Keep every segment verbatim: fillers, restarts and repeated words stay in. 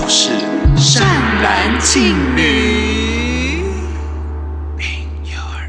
就是善男信女。In your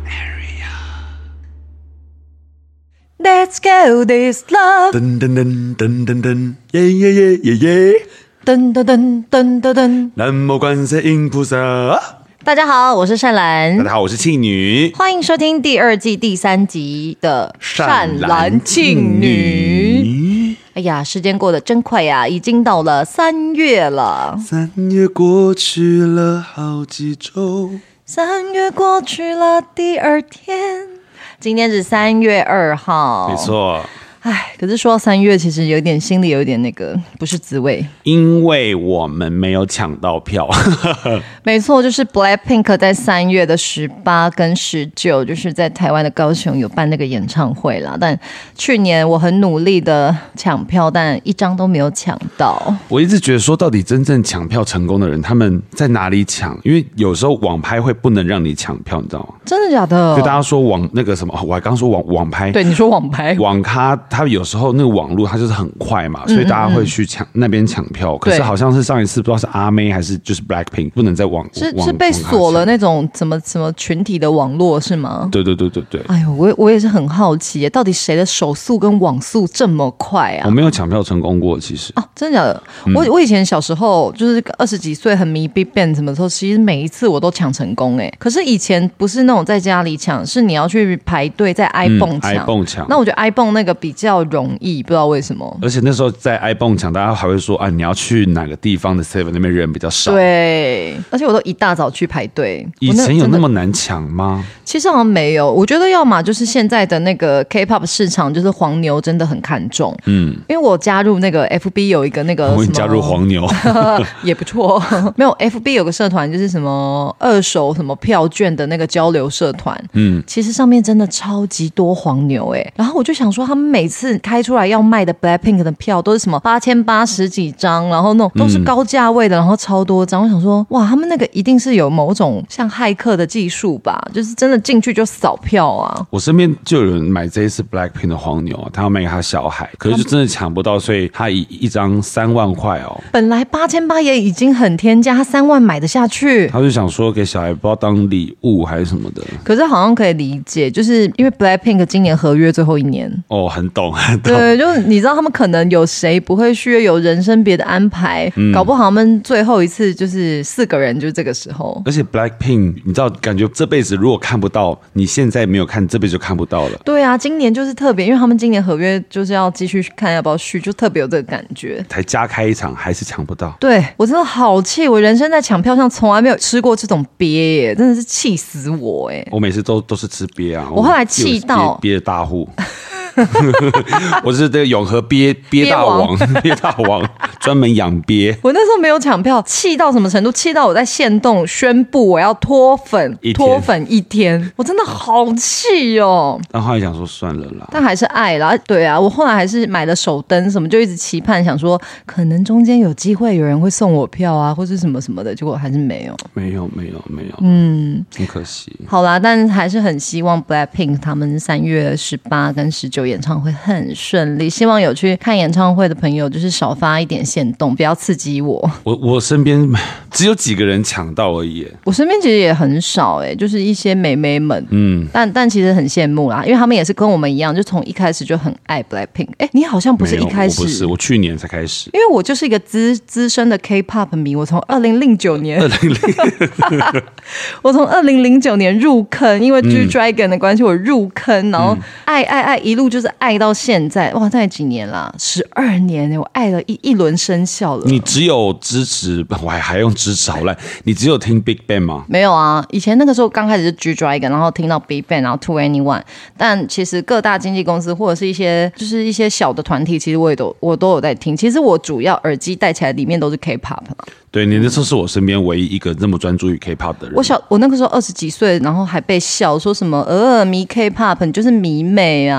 area。Let's go this love。 噔噔噔噔噔噔，耶耶耶耶耶。 噔噔噔噔噔噔。 南无观世音菩萨。 大家好，我是善兰。 大家好，我是庆女。 欢迎收听第二季第三集的善兰庆女。哎呀，时间过得真快呀，已经到了三月了。 三月过去了好几周， 三月过去了第二天，今天是三月二号。 没错。 唉，可是说到三月，其实有点心里有点那个不是滋味， 因为我们没有抢到票。 没错，就是 Blackpink 在三月的十八跟十九，就是在台湾的高雄有办那个演唱会啦。但去年我很努力的抢票，但一张都没有抢到。 我一直觉得说，到底真正抢票成功的人，他们在哪里抢？因为有时候网拍会不能让你抢票，你知道吗？ 真的假的？ 就大家说网那个什么，我还刚说网网拍， 对，你说网拍， 网咖。他有时候那个网络它就是很快嘛，所以大家会去抢、嗯嗯、那边抢票。可是好像是上一次不知道是阿妹还是就是 Blackpink 不能在网是是被锁了那种什么什么群体的网络是吗？ 对对对对对。 哎呦，我我也是很好奇耶，到底谁的手速跟网速这么快啊？ 我没有抢票成功过，其实啊，真的假的？嗯、我我以前小时候就是二十几岁很迷 Big Bang 什么时候，其实每一次我都抢成功哎。可是以前不是那种在家里抢，是你要去排队在 iPhone 抢、嗯、 iPhone 抢。 那我觉得 iPhone 那个比较容易。不知道为什么， 而且那时候在 iPhone 抢，大家还会说啊，你要去哪个地方的 seven 那边人比较少。 对，而且我都一大早去排队。 以前有那么难抢吗？ 其实好像没有，我觉得要么就是现在的那个 K-pop 市场，就是黄牛真的很看重。嗯，因为我加入那个 F B 有一个那个， 我加入黄牛也不错。没有 F B 有个社团，就是什么二手什么票券的那个交流社团。嗯，其实上面真的超级多黄牛哎、欸。然后我就想说，他们每次开出来要卖的 Blackpink 的票都是什么八千八十几张，然后那种都是高价位的，然后超多张。我想说，哇，他们那个一定是有某种像骇客的技术吧，就是真的进去就扫票啊。 我身边就有人买这一次 Blackpink 的黄牛，他要卖给他小孩，可是就真的抢不到，所以他以一张三万块哦， 本来八千八也已经很天价，他三万买得下去， 他就想说给小孩不知道当礼物还是什么的。 可是好像可以理解，就是因为 Blackpink 今年合约最后一年哦，很懂很懂。 对，就是你知道他们可能有谁不会续约，有人生别的安排、嗯、搞不好他们最后一次就是四个人，就是这个时候。 而且 Blackpink 你知道感觉这辈子如果看不到，你现在没有看，这辈子就看不到了。 对啊，今年就是特别，因为他们今年合约就是要继续看要不要续，就特别有这个感觉。 才加开一场还是抢不到。 对，我真的好气，我人生在抢票上从来没有吃过这种鳖耶，真的是气死我耶。 我每次都都是吃鳖啊， 我后来气到鳖的大户我是这个永和鳖鳖大王，鳖大王专门养鳖。 我那时候没有抢票，气到什么程度？气到我在限动宣布我要脱粉，脱粉一天，我真的好气哦。 但后来想说算了啦， 但还是爱啦。对啊，我后来还是买了手灯什么，就一直期盼想说，可能中间有机会有人会送我票啊，或是什么什么的，结果还是没有， 没有，没有，没有， 嗯， 很可惜。 好啦，但还是很希望 Blackpink 他们三月十八跟十九演唱会很顺利，希望有去看演唱会的朋友就是少发一点限动，不要刺激我。 我我身边只有几个人抢到而已， 我身边其实也很少哎，就是一些妹妹们，嗯，但但其实很羡慕啦，因为他们也是跟我们一样，就从一开始就很爱 Blackpink。哎，你好像不是一开始， 我不是，我去年才开始， 因为我就是一个资资深的 K-pop 迷，我从二零零九年，二零零，我从二零零九年入坑，因为 G Dragon 的关系，我入坑，然后爱爱爱，一路就是爱到现在，哇，那几年啦，十二年，我爱了一一轮生效了。 你只有支持，我还还用支持好烂，你只有听 Big Bang 吗？ 没有啊，以前那个时候刚开始是 G Dragon， 然后听到 Big Bang， 然后 two any one， 但其实各大经纪公司或者是一些就是一些小的团体，其实我也都我都有在听。其实我主要耳机戴起来里面都是 K-pop。 对，你那时候是我身边唯一一个那么专注于 K-pop 的人。 我小我那个时候二十几岁，然后还被笑说什么呃迷 K-pop 你就是迷妹啊，你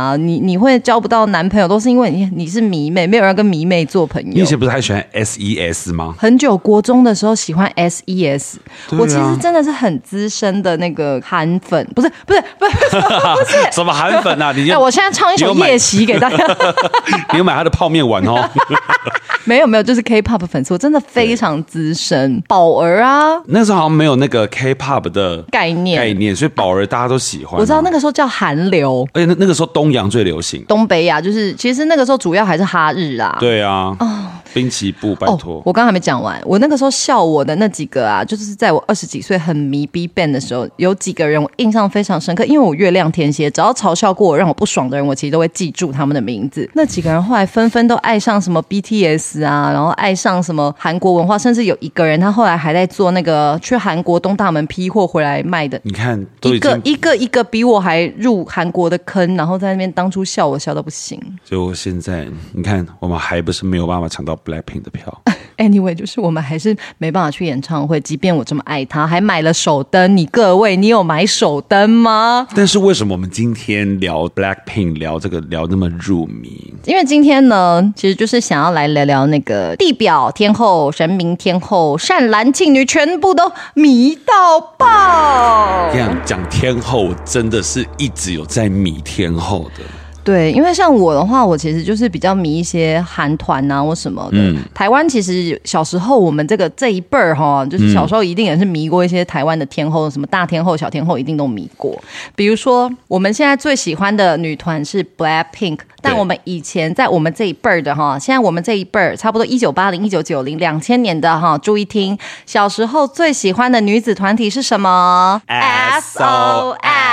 你会交不到男朋友，都是因为你你是迷妹，没有人跟迷妹做朋友。 你以前不是还喜欢 S E S 吗？ 很久国中的时候喜欢 S E S，、啊、我其实真的是很资深的那个韩粉，不是不是不是不是什么韩粉啊？你、 哎、我现在唱一首夜袭给大家， 你有买他的泡面碗哦？ 没有没有，就是 K-pop 粉丝，我真的非常资深。宝儿啊， 那时候好像没有那个 K-pop 的概念概念，所以宝儿大家都喜欢、啊。 我知道那个时候叫韩流， 而且那那个时候东洋最流行， 东北亚就是其实那个时候主要还是哈日啦。 对啊，哦，滨崎步，拜托、 哦，我刚刚还没讲完。我那个时候笑我的那几个啊，就是在我二十几岁很迷 BigBang 的时候，有几个人我印象非常深刻，因为我月亮天蝎，只要嘲笑过我让我不爽的人，我其实都会记住他们的名字。那几个人后来纷纷都爱上什么 B T S 啊，然后爱上什么韩国文化，甚至有一个人他后来还在做那个去韩国东大门批货回来卖的。 你看，都一个一个一个比我还入韩国的坑，然后在那边当初笑我笑到不行。 就现在，你看我们还不是没有办法抢到 Blackpink 的票。 Anyway， 就是我们还是没办法去演唱会，即便我这么爱他，还买了手灯。你各位，你有买手灯吗？ 但是为什么我们今天聊 Blackpink 聊这个聊那么入迷？ 因为今天呢，其实就是想要来聊聊那个地表天后、神明天后、善男信女，全部都迷到爆。 这样讲天后，真的是一直有在迷天后的。 对，因为像我的话，我其实就是比较迷一些韩团啊或什么的。嗯、台湾其实小时候我们这个这一辈儿哈，就是小时候一定也是迷过一些台湾的天后，什么大天后、小天后，一定都迷过。比如说我们现在最喜欢的女团是 Blackpink， 但我们以前在我们这一辈儿的哈，现在我们这一辈儿差不多一九八零、一九九零、两千年的哈，注意听，小时候最喜欢的女子团体是什么 ？S O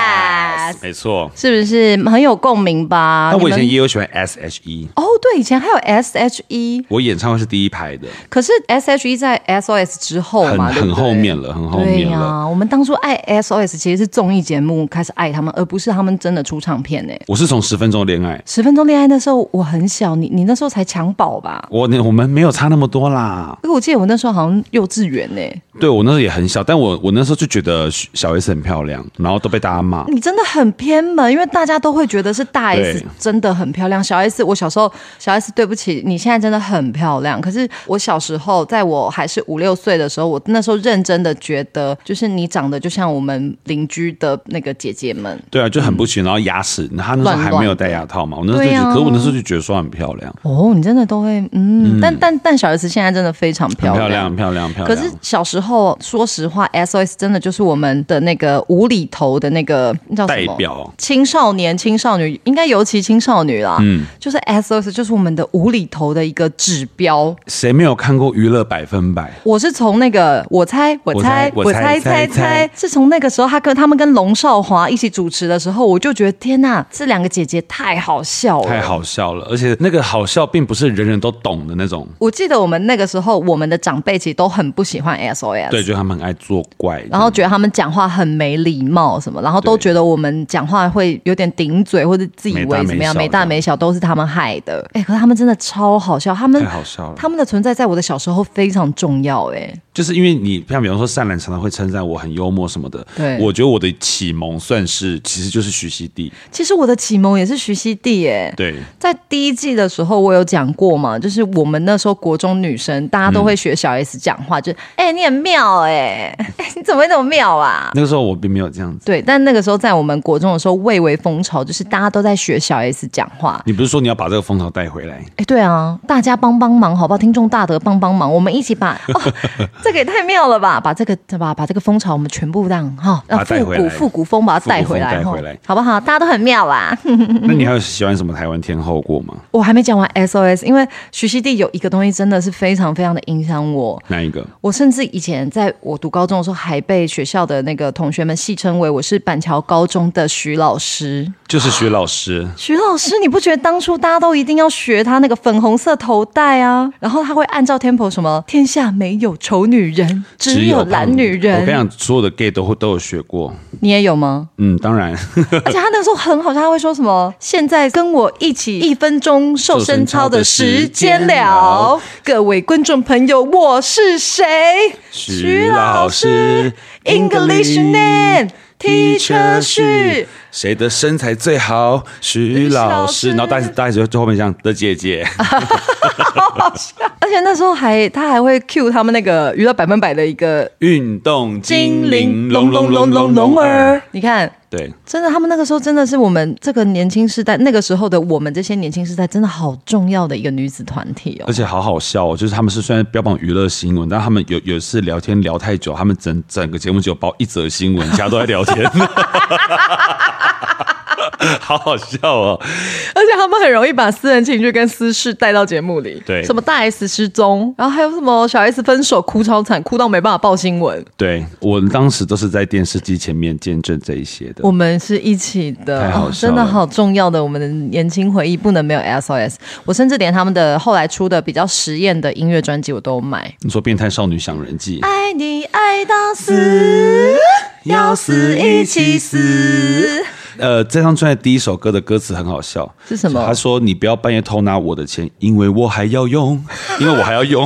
S， 没错， 是不是很有共鸣吧？ 那我以前也有喜欢 S H E 哦，对，以前还有 S H E， 我演唱会是第一排的。 可是 S H E 在 S O S 之后嘛， 很很后面了，很后面了。 对呀、啊，我们当初爱 S O S 其实是综艺节目开始爱他们，而不是他们真的出唱片呢。 我是从十分钟恋爱， 十分钟恋爱那时候我很小，你你那时候才襁褓吧？ 我我们没有差那么多啦。 因为我记得我那时候好像幼稚园呢。 对，我那时候也很小，但我我那时候就觉得小 S 很漂亮，然后都被大家骂。 你真的很偏门，因为大家都会觉得是大 S 真的很漂亮。小 S， 我小时候小 S， 对不起，你现在真的很漂亮。可是我小时候，在我还是五六岁的时候，我那时候认真的觉得，就是你长得就像我们邻居的那个姐姐们。 对啊，就很不行。然后牙齿，他那时候还没有戴牙套嘛，我那时候就觉得，啊、可是我那时候就觉得说很漂亮。 哦，你真的都会，嗯，嗯但但但小 S 现在真的非常漂亮， 漂亮漂亮漂亮。 可是小时候，说实话 ，S O S 真的就是我们的那个无厘头的那个叫什么代表， 青少年、青少女，应该尤其青少女啦。嗯，就是 S O S 就是我们的无厘头的一个指标。 谁没有看过娱乐百分百？ 我是从那个我猜我猜我猜我猜猜猜，是从那个时候他跟他们跟龙少华一起主持的时候，我就觉得天哪，这两个姐姐太好笑了， 太好笑了，而且那个好笑并不是人人都懂的那种。 我记得我们那个时候，我们的长辈其实都很不喜欢 S O S， 对，就他们很爱作怪， 然后觉得他们讲话很没礼貌什么，然后都觉得我们讲话会有点顶嘴或者自以为怎么样，没大没小，都是他们害的。哎，可是他们真的超好笑，他们太好笑了， 他们的存在在我的小时候非常重要。哎， 就是因为你像比方说善兰常常会称赞我很幽默什么的， 对， 我觉得我的启蒙算是其实就是徐熙娣。 其实我的启蒙也是徐熙娣，哎， 对， 在第一季的时候我有讲过嘛，就是我们那时候国中女生大家都会学小 S 讲话，嗯、就哎、欸、你很妙哎、欸，你怎么会那么妙啊？ 那个时候我并没有这样子， 对，但那个时候在我们国中的时候蔚为风潮，就是大家都在学小 S 讲话。 你不是说你要把这个风潮带回来？ 哎，对啊，大家帮帮忙好不好？听众大德帮帮忙，我们一起把哦，这个也太妙了吧！把这个把把这个风潮我们全部让哈，让复古复古风把它带回来， 带回来好不好？大家都很妙啦。 那你还有喜欢什么台湾天后过吗？ 我还没讲完 S O S， 因为徐熙娣有一个东西真的是非常非常的影响我。 哪一个？ 我甚至以前在我读高中的时候，还被学校的那个同学们戏称为我是板桥高中的徐老师。 就是徐老师， 徐老师，你不觉得当初大家都一定要学他那个粉红色头带啊？然后他会按照 tempo 什么天下没有丑女人，只有懒女人。 我跟你讲，所有的 gay 都会都有学过。 你也有吗？ 嗯，当然。 而且他那时候很好笑，他会说什么？现在跟我一起一分钟瘦身操的时间了，各位观众朋友，我是谁？ 徐老师 ，English name teacher 是谁的身材最好？徐老师。然后大大家就最后面这样的姐姐， 而且那时候还他还会 cue 他们那个娱乐百分百的一个运动精灵龙龙龙龙龙儿，你看。 对， 真的，他们那个时候真的是我们这个年轻世代，那个时候的我们这些年轻世代，真的好重要的一个女子团体哦。 而且好好笑哦，就是他们是虽然标榜娱乐新闻，但他们有有一次聊天聊太久，他们整整个节目只有报一则新闻，其他都在聊天。好好笑哦！ 而且他们很容易把私人情绪跟私事带到节目里。 对， 什么大 S 失踪，然后还有什么小 S 分手，哭超惨，哭到没办法报新闻。 对，我当时都是在电视机前面见证这一些的。 我们是一起的， 太好笑了， 哦，真的好重要的我们的年轻回忆，不能没有 S O S。我甚至连他们的后来出的比较实验的音乐专辑我都有买。 你说《变态少女想人记》？ 爱你爱到死，要死一起死。 呃，这张专辑第一首歌的歌词很好笑， 是什么？ 他说：“你不要半夜偷拿我的钱，因为我还要用，因为我还要用。”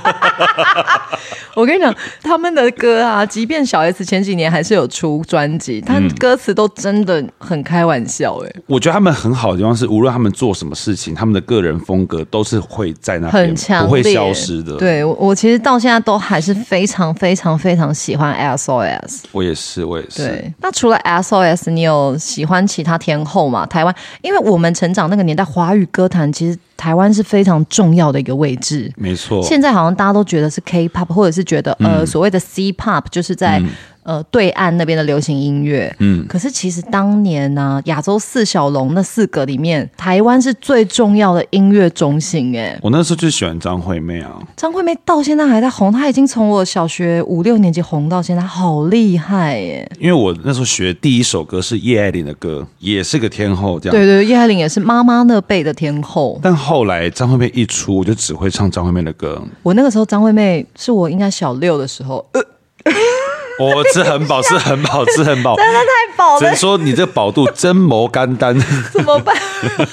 我跟你讲，他们的歌啊，即便小 S 前几年还是有出专辑，他歌词都真的很开玩笑哎。 我觉得他们很好的地方是，无论他们做什么事情，他们的个人风格都是会在那边， 很强烈， 不会消失的。 对，我我其实到现在都还是非常非常非常喜欢 S O S。 我也是，我也是。 对，那除了 S O S， 你有喜欢其他天后吗？台湾，因为我们成长那个年代，华语歌坛其实台湾是非常重要的一个位置。 没错。 现在好像大家都觉得是 K-pop， 或者是觉得、嗯、呃所谓的 C-pop， 就是在、嗯呃，对岸那边的流行音乐，嗯，可是其实当年呢、啊，亚洲四小龙那四个里面，台湾是最重要的音乐中心哎。 我那时候就喜欢张惠妹啊， 张惠妹到现在还在红，她已经从我小学五六年级红到现在，好厉害耶！ 因为我那时候学第一首歌是叶爱玲的歌，也是个天后，这样。 对对，叶爱玲也是妈妈那辈的天后。 但后来张惠妹一出，我就只会唱张惠妹的歌。 我那个时候张惠妹是我应该小六的时候。呃我吃很饱，吃很饱，吃很饱， 真的太饱了。 只能说你这饱度真谋肝丹。 怎么办？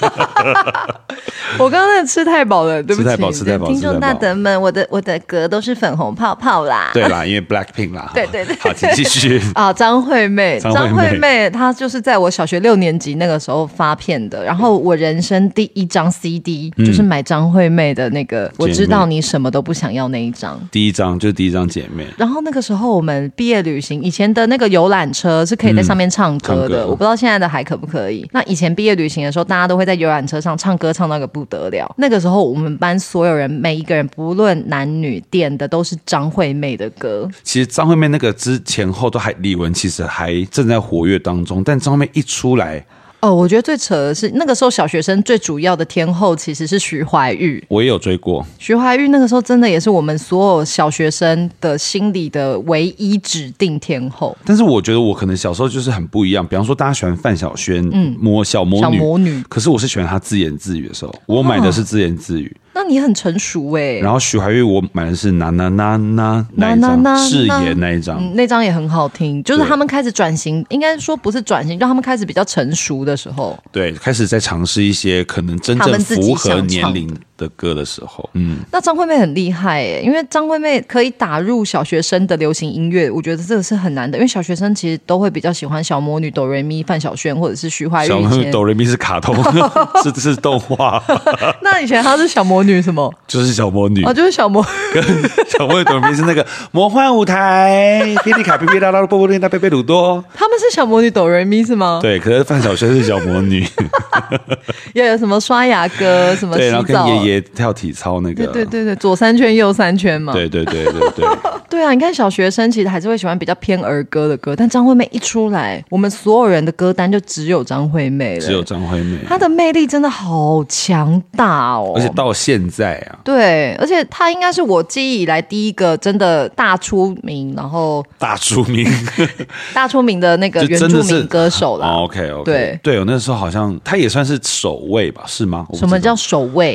我刚刚吃太饱了，对不起。 吃太饱，吃太饱。 听众大德们，我的我的歌都是粉红泡泡啦。 对啦，因为 Blackpink 啦。 对对对。 好，请继续。 啊，张惠妹，张惠妹，她就是在我小学六年级那个时候发片的。然后我人生第一张 C D、嗯、就是买张惠妹的那个，我知道你什么都不想要那一张。 第一张就是第一张姐妹。 然后那个时候我们毕业旅行，以前的那个游览车是可以在上面唱歌的、嗯、我不知道现在的还可不可以。那以前毕业旅行的时候，大家都会在游览车上唱歌，唱到个不得了。那个时候我们班所有人，每一个人不论男女，点的都是张惠妹的歌。 其实张惠妹那个之前后都还，李玟其实还正在活跃当中，但张惠妹一出来。 哦，我觉得最扯的是那个时候小学生最主要的天后其实是徐怀钰， 我也有追过。 徐怀钰那个时候真的也是我们所有小学生的心里的唯一指定天后。 但是我觉得我可能小时候就是很不一样，比方说大家喜欢范晓萱、嗯、魔小魔女， 小魔女， 可是我是喜欢她自言自语的时候，我买的是自言自语。哦， 那你很成熟哎。 然后徐怀钰我买的是那那那那那一张誓言那一张、嗯， 那张也很好听。就是他们开始转型，应该说不是转型，就他们开始比较成熟的时候， 对，开始在尝试一些可能真正符合年龄的歌的时候。嗯， 那张惠妹很厉害哎，因为张惠妹可以打入小学生的流行音乐，我觉得这个是很难的，因为小学生其实都会比较喜欢小魔女、哆瑞咪、范晓萱或者是徐怀钰。 小魔女、哆瑞咪是卡通，是是动画。 那以前她是小魔女什么？ 就是小魔女哦，就是小魔跟小魔女哆瑞咪是那个魔幻舞台，霹雳卡皮皮拉拉波波琳达贝贝鲁多， 他们是小魔女哆瑞咪是吗？ 对，可是范晓萱是小魔女。 也有什么刷牙歌，什么洗澡， 对，然后跟爷爷跳体操那个， 对对对对，左三圈右三圈嘛， 对对对对对。 对啊，你看小学生其实还是会喜欢比较偏儿歌的歌，但张惠妹一出来，我们所有人的歌单就只有张惠妹了， 只有张惠妹， 她的魅力真的好强大哦， 而且到现在啊， 对，而且她应该是我记忆以来第一个真的大出名，然后大出名大出名的那个原住民歌手啦。 哦、OK OK， 对对，我那时候好像她也算是首位吧，是吗？ 什么叫首位？ 就是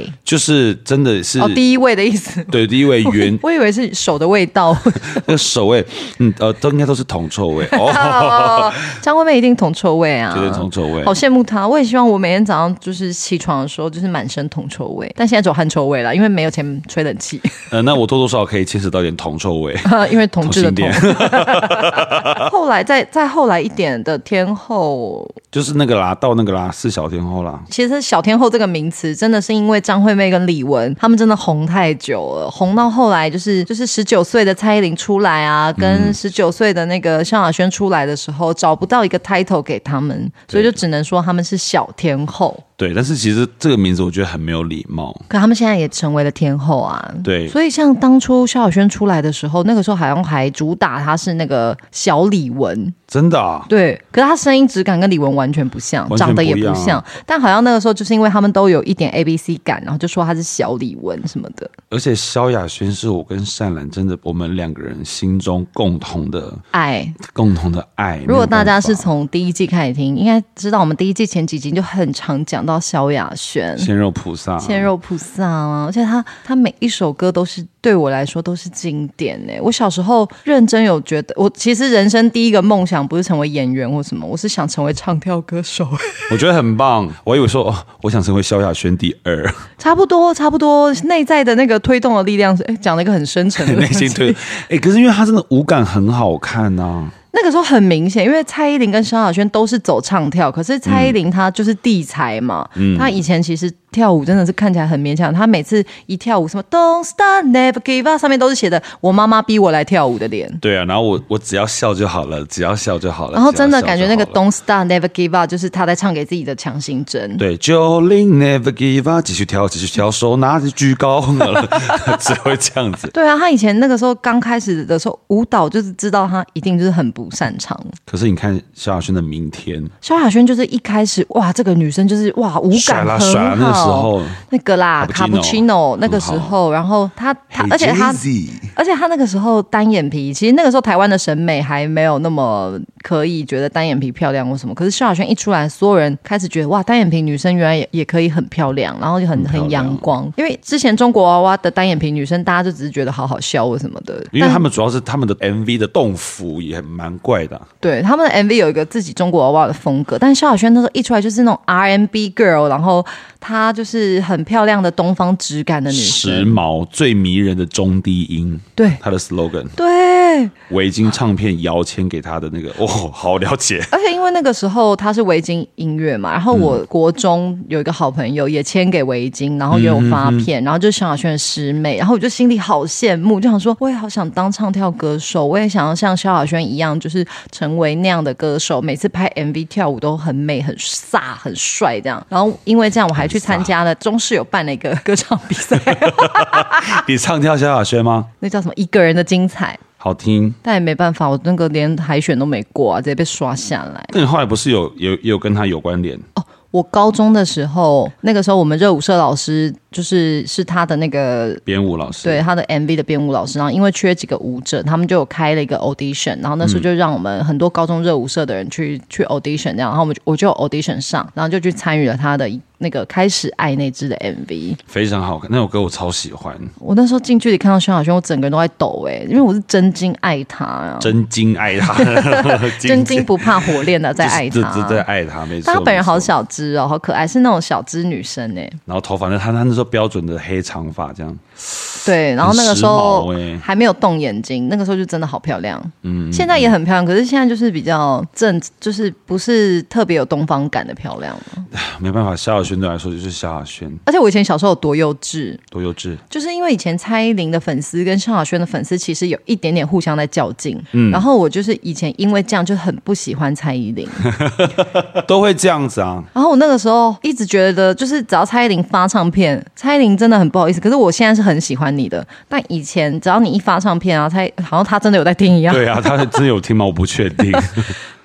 就是真的是哦，第一位的意思。 对，第一位原我以为是手的味道， 那个手味，嗯呃，都应该都是铜臭味哦。张惠妹一定铜臭味啊， 绝对铜臭味， 好羡慕她。我也希望我每天早上就是起床的时候就是满身铜臭味，但现在只有汗臭味了，因为没有钱吹冷气。 呃，那我多多少少可以牵扯到一点铜臭味， 因为同志的同。后来再再后来一点的天后， 就是那个啦，到那个啦，是小天后啦。 其实小天后这个名词真的是因为张惠妹跟李玟他们真的红太久了，红到后来就是就是十九岁的蔡依林出来啊，跟十九岁的那个萧亚轩出来的时候，找不到一个 title 给他们，所以就只能说他们是小天后。 对，但是其实这个名字我觉得很没有礼貌。 可他们现在也成为了天后啊。 对， 所以像当初萧亚轩出来的时候，那个时候好像还主打他是那个小李玟。 真的啊？ 对，可是他声音质感跟李玟完全不像， 不长得也不像。但好像那个时候就是因为他们都有一点 A B C 感，然后就说他是小李玟什么的。 而且萧亚轩是我跟善兰真的我们两个人心中共同的爱， 共同的爱。 如果大家是从第一季开始听，应该知道我们第一季前几集就很常讲到萧亚轩， 鲜肉菩萨， 鲜肉菩萨啊！而且他他每一首歌都是对我来说都是经典呢。我小时候认真有觉得，我其实人生第一个梦想不是成为演员或什么，我是想成为唱跳歌手。 我觉得很棒，我以为说、哦、我想成为萧亚轩第二， 差不多差不多，内在的那个推动的力量是，哎，讲了一个很深沉的内心推，哎，可是因为他真的舞感很好看啊。 那个时候很明显，因为蔡依林跟萧亚轩都是走唱跳，可是蔡依林她就是地才嘛，嗯、她以前其实跳舞真的是看起来很勉强，她每次一跳舞什么 Don't Stop Never Give Up 上面都是写的我妈妈逼我来跳舞的脸。 对啊，然后我我只要笑就好了，只要笑就好了。 然后真的感觉那个 Don't Stop Never Give Up 就是她在唱给自己的强心针。 对，九零 Never Give Up， 继续跳，继续跳，手拿着举高了，只会这样子。 对啊，她以前那个时候刚开始的时候，舞蹈就是知道她一定就是很不擅长。 可是你看萧亚轩的明天， 萧亚轩就是一开始哇，这个女生就是哇舞感很好， 甩啦那个时候那个啦卡布奇诺那个时候，然后她她、hey, 而且她而且她那个时候单眼皮，其实那个时候台湾的审美还没有那么可以觉得单眼皮漂亮或什么，可是萧亚轩一出来，所有人开始觉得哇，单眼皮女生原来也也可以很漂亮，然后就很很阳光。因为之前中国娃娃的单眼皮女生，大家就只是觉得好好笑或什么的， 因为他们主要是他们的 M V 的动幅也蛮怪的。 对，他们的 M V 有一个自己中国娃娃的风格，但是萧亚轩那时候一出来就是那种 R and B girl， 然后她就是很漂亮的东方质感的女生， 时髦最迷人的中低音， 对， 她的 slogan， 对， 维京唱片摇签给她的那个，哦，好了解。 而且因为那个时候她是维京音乐嘛，然后我国中有一个好朋友也签给维京，然后也有发片，嗯、然后就是萧亚轩的师妹，然后我就心里好羡慕，就想说我也好想当唱跳歌手，我也想要像萧亚轩一样，就是成为那样的歌手，每次拍 M V 跳舞都很美、很飒、很帅这样。然后因为这样，我还去参加了中视有办了一个歌唱比赛。 你唱跳萧亚轩吗？ 那叫什么？一个人的精彩。 好听， 但也没办法，我那个连海选都没过啊，直接被刷下来。 那你后来不是有有有跟他有关联？ 哦，我高中的时候，那个时候我们热舞社老师就是是他的那个编舞老师， 对，他的 M V 的编舞老师。然后因为缺几个舞者，他们就有开了一个 audition， 然后那时候就让我们很多高中热舞社的人去去 audition 这样，然后我们就我就有 audition 上，然后就去参与了他的那个开始爱那支的 M V， 非常好看，那首歌我超喜欢。 我那时候近距离看到萧亚轩，我整个人都在抖哎、欸，因为我是真心爱他啊， 真心爱他， 真金不怕火炼的在爱他， 就是、在爱他，没错。 他本人好小只哦，好可爱，是那种小只女生哎、欸。 然后头发呢，他他那时候标准的黑长发这样。 对，然后那个时候欸、 还没有动眼睛，那个时候就真的好漂亮。嗯，现在也很漂亮，可是现在就是比较正，就是不是特别有东方感的漂亮了。 没办法，萧亚轩对我来说就是萧亚轩。 而且我以前小时候有多幼稚， 多幼稚， 就是因为以前蔡依林的粉丝跟萧亚轩的粉丝其实有一点点互相在较劲。嗯，然后我就是以前因为这样就很不喜欢蔡依林， 都会这样子啊。 然后我那个时候一直觉得，就是只要蔡依林发唱片，蔡依林真的很不好意思。可是我现在是很喜欢你的，但以前只要你一发唱片啊，蔡好像他真的有在听一样。 对啊，他真的有听吗？我不确定。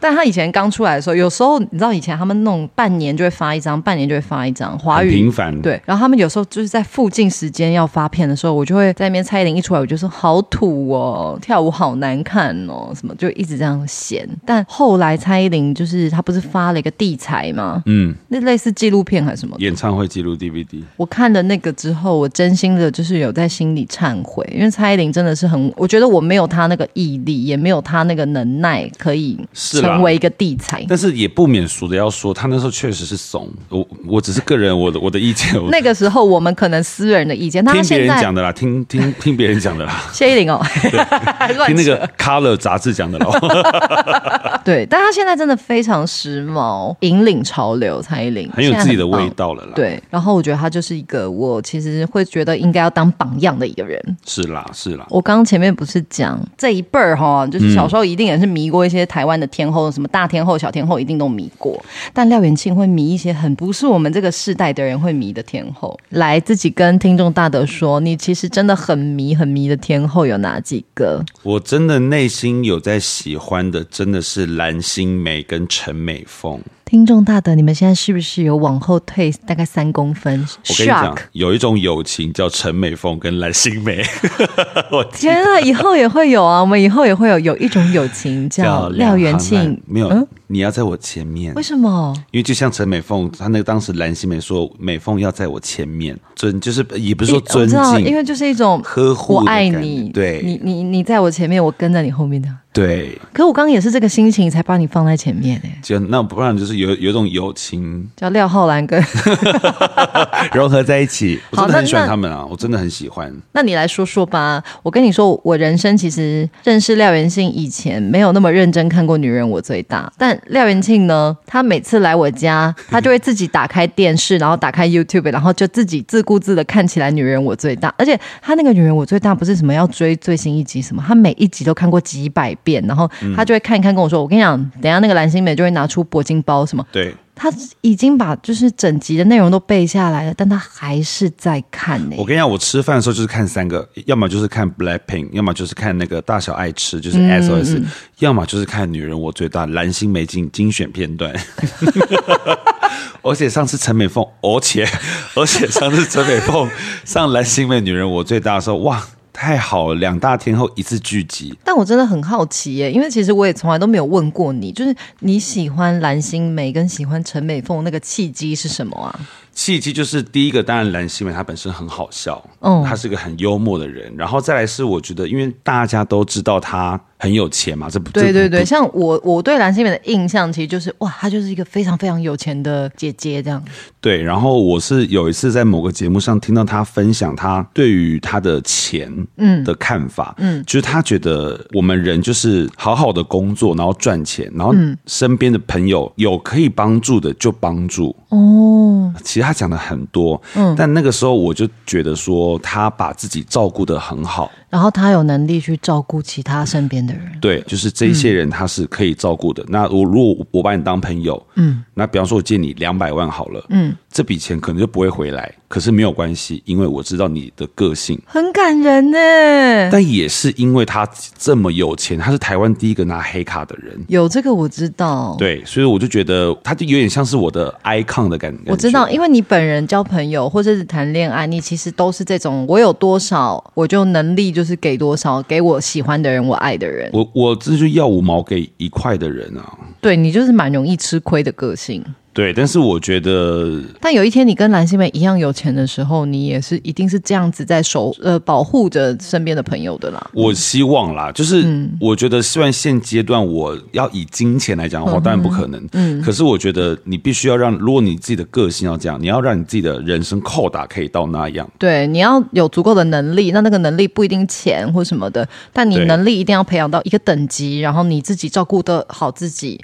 但他以前刚出来的时候，有时候你知道以前他们那种半年就会发一张，半年就会发一张华语， 很频繁。 对，然后他们有时候就是在附近时间要发片的时候，我就会在那边蔡依林一出来，我就说好土哦，跳舞好难看哦，什么就一直这样嫌。但后来蔡依林就是她不是发了一个地才吗？嗯，那类似纪录片还是什么演唱会记录 D V D。 我看了那个之后，我真心的就是有在心里忏悔，因为蔡依林真的是很，我觉得我没有她那个毅力，也没有她那个能耐可以成为一个地才。 但是也不免俗的要说，她那时候确实是怂。我我只是个人我的我的意见。 那个时候我们可能私人的意见， 听别人讲的啦，听听听别人讲的啦。 谢依霖哦， 听那个 Color 杂志讲的啦。 对，但她现在真的非常时髦，引领潮流。蔡依林很有自己的味道了啦。 对，然后我觉得她就是一个我其实会觉得应该要当榜样的一个人。 是啦，是啦。 我刚刚前面不是讲这一辈儿哈，就是小时候一定也是迷过一些台湾的天后，什么大天后、小天后，一定都迷过。但廖元庆会迷一些很不是我们这个世代的人会迷的天后。来，自己跟听众大德说，你其实真的很迷很迷的天后有哪几个？ 我真的内心有在喜欢的，真的是蓝心湄跟陈美凤。 听众大德，你们现在是不是有往后退大概三公分？ 我跟你讲，有一种友情叫陈美凤跟蓝心湄。我天啊，以后也会有啊，我们以后也会有有一种友情叫廖元庆。 没有、嗯，你要在我前面。 为什么？ 因为就像陈美凤，她那个当时蓝心湄说，美凤要在我前面，尊就是也不是说尊敬， 因为就是一种呵护， 我爱你， 对你你你在我前面，我跟在你后面的。 对， 可我刚刚也是这个心情才把你放在前面哎、欸， 就那不然就是有有一种友情叫廖浩然跟融合在一起，我真的很喜欢他们啊，我真的很喜欢。 那你来说说吧，我跟你说，我人生其实认识廖元庆以前没有那么认真看过《女人我最大》，但廖元庆呢，他每次来我家，他就会自己打开电视，然后打开 YouTube， 然后就自己自顾自的看起来《女人我最大》，而且他那个《女人我最大》不是什么要追最新一集什么，他每一集都看过几百遍，然后他就会看一看跟我说，我跟你讲，等一下那个蓝心湄就会拿出铂金包什么， 对， 他已经把就是整集的内容都背下来了，但他还是在看呢、欸。 我跟你讲，我吃饭的时候就是看三个，要么就是看 Blackpink， 要么就是看那个大小爱吃，就是 S O S，、嗯、要么就是看女人我最大蓝心湄精精选片段。而且上次陈美凤，而且而且上次陈美凤上蓝心湄女人我最大的时候，哇！太好了，两大天后一次聚集。 但我真的很好奇耶，因为其实我也从来都没有问过你，就是你喜欢蓝心湄跟喜欢陈美凤那个契机是什么啊？ 契机就是第一个，当然蓝心湄她本身很好笑，嗯，她是个很幽默的人。然后再来是，我觉得因为大家都知道她很有钱嘛，这不对对对，像我我对蓝心湄的印象其实就是哇，她就是一个非常非常有钱的姐姐这样。 对，然后我是有一次在某个节目上听到她分享她对于她的钱的看法，嗯，就是她觉得我们人就是好好的工作，然后赚钱，然后身边的朋友有可以帮助的就帮助哦。其实他讲的很多，嗯，但那个时候我就觉得说，他把自己照顾得很好， 然后他有能力去照顾其他身边的人。 对，就是这些人他是可以照顾的。嗯、那我如果我把你当朋友，嗯，那比方说我借你两百万好了，嗯，这笔钱可能就不会回来，可是没有关系，因为我知道你的个性， 很感人呢。 但也是因为他这么有钱，他是台湾第一个拿黑卡的人， 有这个我知道。 对，所以我就觉得他就有点像是我的 icon 的感觉。 我知道。因为你本人交朋友或者是谈恋爱，你其实都是这种，我有多少我就能力就是给多少，给我喜欢的人，我爱的人。 我我这就要五毛给一块的人啊。 对，你就是蛮容易吃亏的个性。 对，但是我觉得， 但有一天你跟蓝心湄一样有钱的时候，你也是一定是这样子在守呃保护着身边的朋友的啦。 我希望啦，就是我觉得虽然现阶段我要以金钱来讲的话，嗯、当然不可能，嗯，可是我觉得你必须要让，如果你自己的个性要这样，你要让你自己的人生扣打可以到那样。 对，你要有足够的能力，那那个能力不一定钱或什么的，但你能力一定要培养到一个等级，然后你自己照顾得好自己。 对。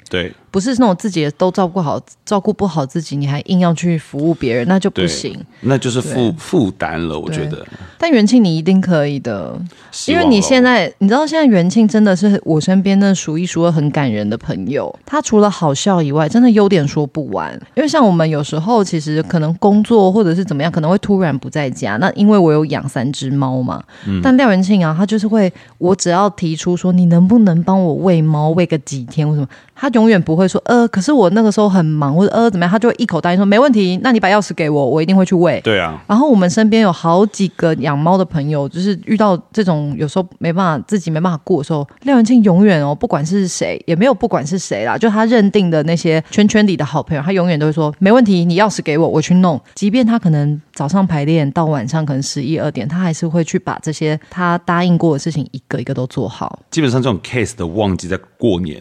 不是那种自己都照顾好照顾不好自己，你还硬要去服务别人，那就不行， 那就是负负担了，我觉得。 但元庆你一定可以的，因为你现在你知道现在元庆真的是我身边那数一数二很感人的朋友，他除了好笑以外真的优点说不完。因为像我们有时候其实可能工作或者是怎么样可能会突然不在家，那因为我有养三只猫嘛、嗯、但廖元庆啊他就是会，我只要提出说你能不能帮我喂猫喂个几天或什么，他永远不会说呃可是我那个时候很忙或者呃怎么样，他就会一口答应说没问题，那你把钥匙给我，我一定会去喂。 对啊， 然后我们身边有好几个养猫的朋友，就是遇到这种有时候没办法自己没办法顾的时候，廖元庆永远哦不管是谁，也没有不管是谁啦，就他认定的那些圈圈里的好朋友，他永远都会说没问题，你钥匙给我，我去弄。即便他可能早上排练到晚上可能十一二点，他还是会去把这些他答应过的事情一个一个都做好。 基本上这种 case 的忘记在过年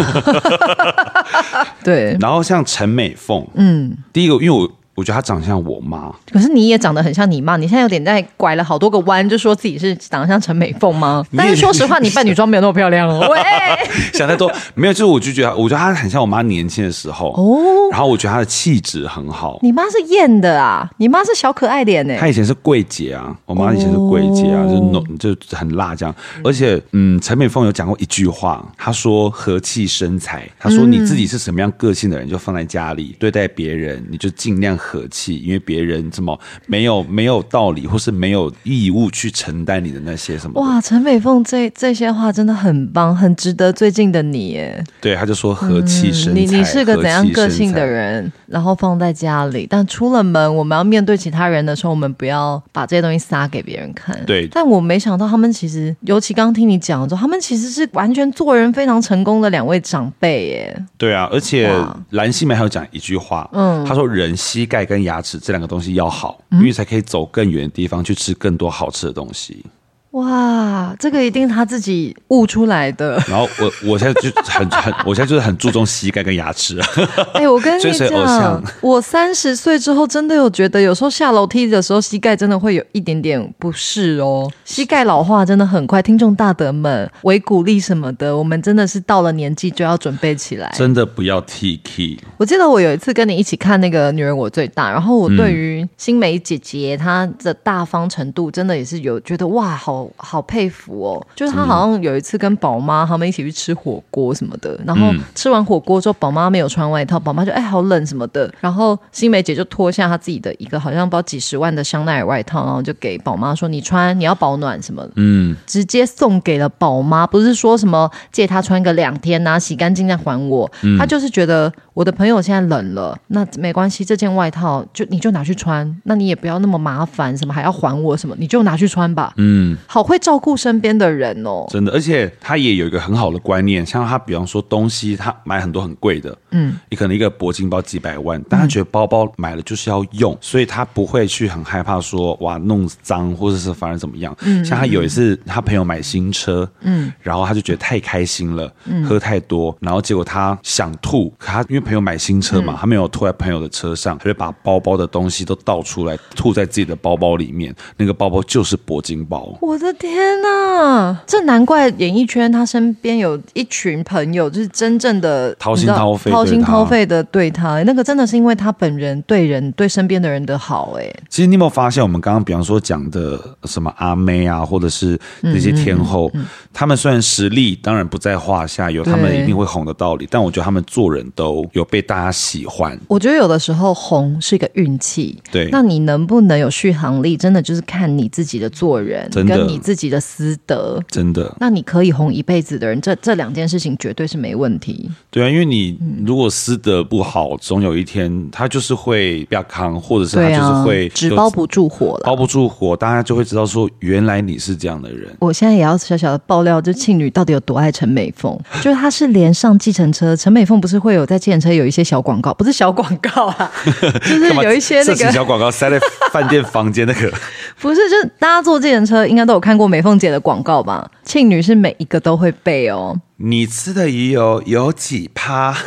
对。 然后像陈美凤，嗯，第一个因为我我觉得她长得像我妈， 可是你也长得很像你妈，你现在有点在拐了好多个弯，就说自己是长得像陈美凤吗？但是说实话，你扮女装没有那么漂亮哦。喂， 想太多，没有，就是我就觉得，我觉得她很像我妈年轻的时候哦。然后我觉得她的气质很好。 你妈是艳的啊，你妈是小可爱脸哎。 她以前是柜姐啊，我妈以前是柜姐啊，哦、就就很辣这样。而且，嗯，陈美凤有讲过一句话，她说和气生财。她说你自己是什么样个性的人，就放在家里对待别人，你就尽量和气，因为别人什么没有没有道理或是没有义务去承担你的那些什么。 哇，陈美凤这这些话真的很棒，很值得最近的你耶。 对，他就说和气生财、嗯、 你你是个怎样个性的人，然后放在家里，但出了门我们要面对其他人的时候，我们不要把这些东西撒给别人看。 对， 但我没想到他们其实，尤其刚听你讲的时候，他们其实是完全做人非常成功的两位长辈耶。 对啊，而且蓝心湄还有讲一句话，嗯，他说人膝盖跟牙齿这两个东西要好，因为才可以走更远的地方去吃更多好吃的东西。 哇，这个一定他自己悟出来的。 然后我我现在就很很，我现在就是很注重膝盖跟牙齿。 哎、欸，我跟你讲，我三十岁之后真的有觉得，有时候下楼梯的时候，膝盖真的会有一点点不适哦。膝盖老化真的很快，听众大德们，维骨力什么的，我们真的是到了年纪就要准备起来。 真的不要 T K。 我记得我有一次跟你一起看那个《女人我最大》，然后我对于新梅姐姐她的大方程度，真的也是有觉得哇，好。好佩服哦，就是他好像有一次跟宝妈他们一起去吃火锅什么的，然后吃完火锅之后宝妈没有穿外套，宝妈就哎好冷什么的，然后新梅姐就脱下她自己的一个好像不知道几十万的香奈儿外套，然后就给宝妈说你穿，你要保暖什么的，嗯，直接送给了宝妈，不是说什么借她穿个两天啊洗干净再还我，她就是觉得我的朋友现在冷了，那没关系，这件外套就你就拿去穿，那你也不要那么麻烦，什么还要还我什么，你就拿去穿吧，嗯，好会照顾身边的人哦， 真的，而且他也有一个很好的观念，像他比方说东西，他买很多很贵的，嗯，你可能一个铂金包几百万，但他觉得包包买了就是要用，嗯、所以他不会去很害怕说哇弄脏或者是反而怎么样。嗯，像他有一次他朋友买新车，嗯，然后他就觉得太开心了，嗯，喝太多，然后结果他想吐，可他因为朋友买新车嘛，嗯、他没有吐在朋友的车上，他就把包包的东西都倒出来，吐在自己的包包里面，那个包包就是铂金包。 我的天！天哪，这难怪演艺圈他身边有一群朋友，就是真正的掏心掏肺、 掏心掏肺的对他。那个真的是因为他本人对人、对身边的人的好。哎， 其实你有没有发现，我们刚刚比方说讲的什么阿妹啊，或者是那些天后，嗯嗯嗯、他们虽然实力当然不在话下，有他们一定会红的道理，但我觉得他们做人都有被大家喜欢。 我觉得有的时候红是一个运气， 对， 那你能不能有续航力，真的就是看你自己的做人，跟你自己的私德， 真的。 那你可以红一辈子的人，这这两件事情绝对是没问题。 对啊，因为你如果私德不好，总有一天他就是会不要扛，或者是他就是会纸包不住火了， 包不住火，大家就会知道说原来你是这样的人。 我现在也要小小的爆料，就庆女到底有多爱陈美凤，就是她是连上计程车，陈美凤不是会有在计程车有一些小广告，不是小广告啊，就是有一些那个小广告塞在饭店房间那个， 不是，就是大家坐计程车应该都有看过美凤姐的广告吧？庆女是每一个都会背哦。 你吃的鱼油有几趴？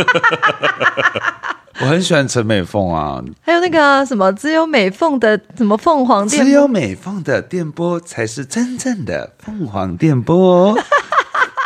我很喜欢陈美凤啊， 还有那个、啊、什么只有美凤的什么凤凰电波， 只有美凤的电波才是真正的凤凰电波。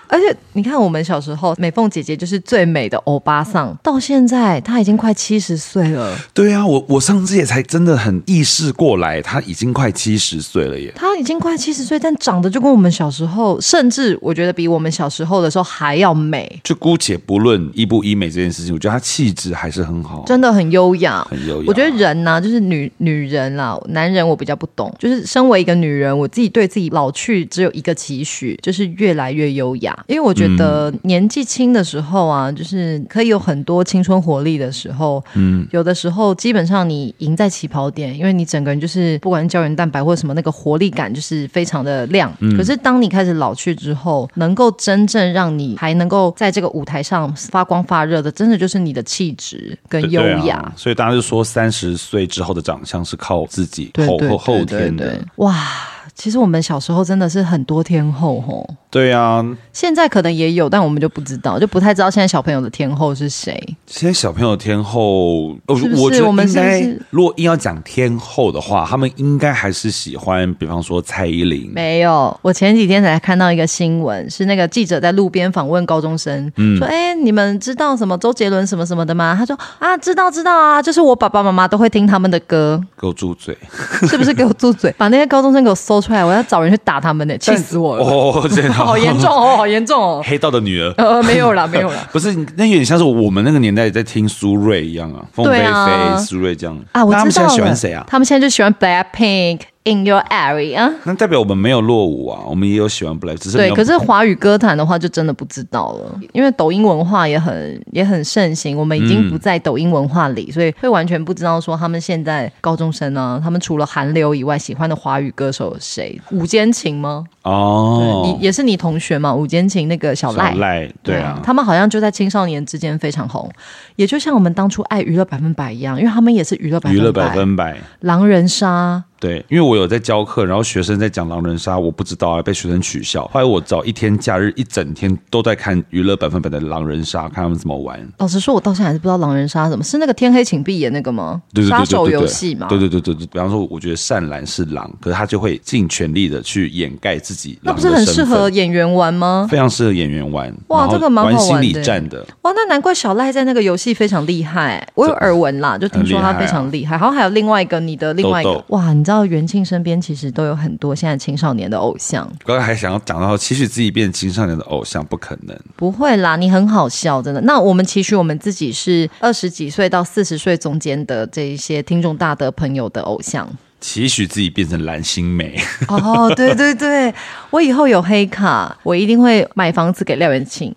而且你看我们小时候美凤姐姐就是最美的欧巴桑，到现在她已经快七十岁了。 对啊，我我上次也才真的很意识过来，她已经快七十岁了耶。 她已经快七十岁，但长得就跟我们小时候，甚至我觉得比我们小时候的时候还要美。 就姑且不论医不医美这件事情，我觉得她气质还是很好， 真的很优雅， 很优雅。 我觉得人呢、啊，就是女女人啦，男人我比较不懂。就是身为一个女人，我自己对自己老去只有一个期许，就是越来越优雅。因为我觉得年纪轻的时候啊，就是可以有很多青春活力的时候，嗯，有的时候基本上你赢在起跑点，因为你整个人就是不管是胶原蛋白或什么，那个活力感就是非常的亮。嗯、可是当你开始老去之后，能够真正让你还能够在这个舞台上发光发热的，真的就是你的气质跟优雅。 啊、所以大家就说三十岁之后的长相是靠自己后后后天的。 哇，其实我们小时候真的是很多天后吼。 对啊， 现在可能也有，但我们就不知道，就不太知道现在小朋友的天后是谁。 现在小朋友的天后， 是不是我觉得应该， 是是如果硬要讲天后的话，他们应该还是喜欢，比方说蔡依林。 没有，我前几天才看到一个新闻，是那个记者在路边访问高中生，嗯、说：“哎、欸，你们知道什么周杰伦什么什么的吗？”他说：“啊，知道知道啊，就是我爸爸妈妈都会听他们的歌。” 给我住嘴！ 是不是给我住嘴？把那些高中生给我搜出来，我要找人去打他们呢，气死我了！ 哦，这样好严重哦，好严重哦！ 黑道的女儿， 呃，没有啦，没有啦， 不是，那有点像是我们那个年代在听苏芮一样啊，凤飞飞、苏芮这样啊。我知道了， 他们现在喜欢谁啊？ 他们现在就喜欢 Blackpink。In your area， 那代表我们没有落伍啊，我们也有喜欢 Black， 只是没有。 对，可是华语歌坛的话，就真的不知道了，因为抖音文化也很也很盛行，我们已经不在抖音文化里，嗯、所以会完全不知道说他们现在高中生呢，他们除了韩流以外，喜欢的华语歌手有谁？伍坚情吗？ 哦， 你也是你同学嘛？伍坚情那个小赖， 小赖，对啊、嗯， 他们好像就在青少年之间非常红，也就像我们当初爱娱乐百分百一样，因为他们也是娱乐百分百， 娱乐百分百， 狼人杀。 对，因为我有在教课，然后学生在讲狼人杀，我不知道啊，被学生取笑。后来我找一天假日，一整天都在看娱乐百分百的狼人杀，看他们怎么玩。 老实说，我到现在还是不知道狼人杀什么，是那个天黑请闭眼那个吗？ 对对对对对对， 杀手游戏嘛。 对对对对对，比方说，我觉得善兰是狼，可是他就会尽全力的去掩盖自己狼的身份。 那不是很适合演员玩吗？ 非常适合演员玩。 哇，这个蛮好玩的， 玩心理战的。 哇，那难怪小赖在那个游戏非常厉害，我有耳闻啦，就听说他非常厉害。然后还有另外一个，你的另外一个，豆豆哇，你知道元庆身边其实都有很多现在青少年的偶像。 刚刚还想要讲到期许自己变青少年的偶像，不可能。 不会啦，你很好笑，真的。那我们期许我们自己是二十几岁到四十岁中间的这一些听众大德朋友的偶像。 期许自己变成蓝心湄。 哦，对对对，我以后有黑卡，我一定会买房子给廖元庆。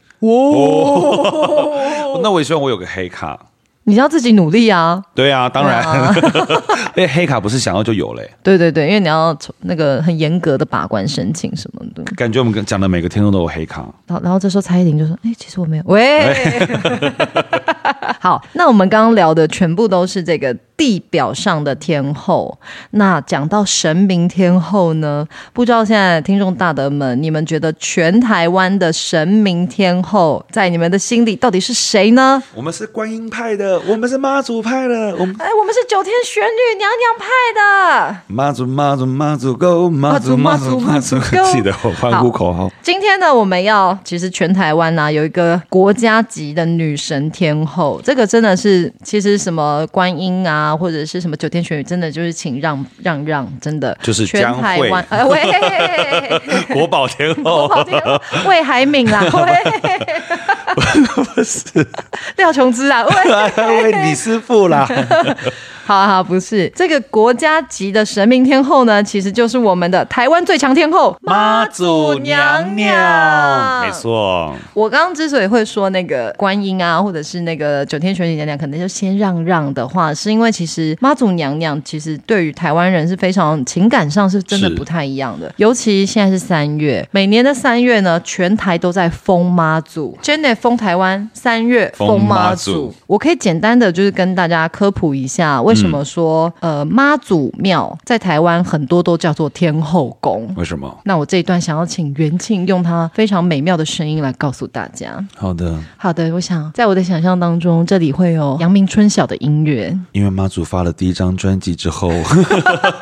哦，那我也希望我有个黑卡。 你要自己努力啊！ 对啊，当然，啊、因为黑卡不是想要就有嘞。 对对对，因为你要那个很严格的把关申请什么的。 感觉我们讲的每个听众都有黑卡。 然后，然后这时候蔡依林就说：“哎，其实我没有。”喂，好，那我们刚刚聊的全部都是这个地表上的天后。那讲到神明天后呢？不知道现在听众大德们，你们觉得全台湾的神明天后在你们的心里到底是谁呢？ 我们是观音派的。我们是妈祖派的，我们哎，我们是九天玄女娘娘派的。 妈祖妈祖妈祖 go， 妈祖妈祖妈祖 go， 记得欢呼口号。 今天呢，我们要其实全台湾呢、啊、有一个国家级的女神天后，这个真的是其实什么观音啊，或者是什么九天玄女，真的就是请让让让，真的就是全台湾哎喂， 国宝天后， 国宝天后魏海敏啦，喂， 不是廖琼枝啊，喂。 喂，李师傅啦。 好好，不是这个国家级的神明天后呢，其实就是我们的台湾最强天后妈祖娘娘。没错， 我刚刚之所以会说那个观音啊，或者是那个九天玄女娘娘，可能就先让让的话，是因为其实妈祖娘娘其实对于台湾人是非常情感上是真的不太一样的，尤其现在是三月，每年的三月呢，全台都在封妈祖，真的封台湾，三月封妈祖。我可以简单的就是跟大家科普一下。为什么说、嗯、呃妈祖庙在台湾很多都叫做天后宫？ 为什么？ 那我这一段想要请元庆用他非常美妙的声音来告诉大家。 好的， 好的，我想在我的想象当中，这里会有阳明春晓的音乐。 因为妈祖发了第一张专辑之后，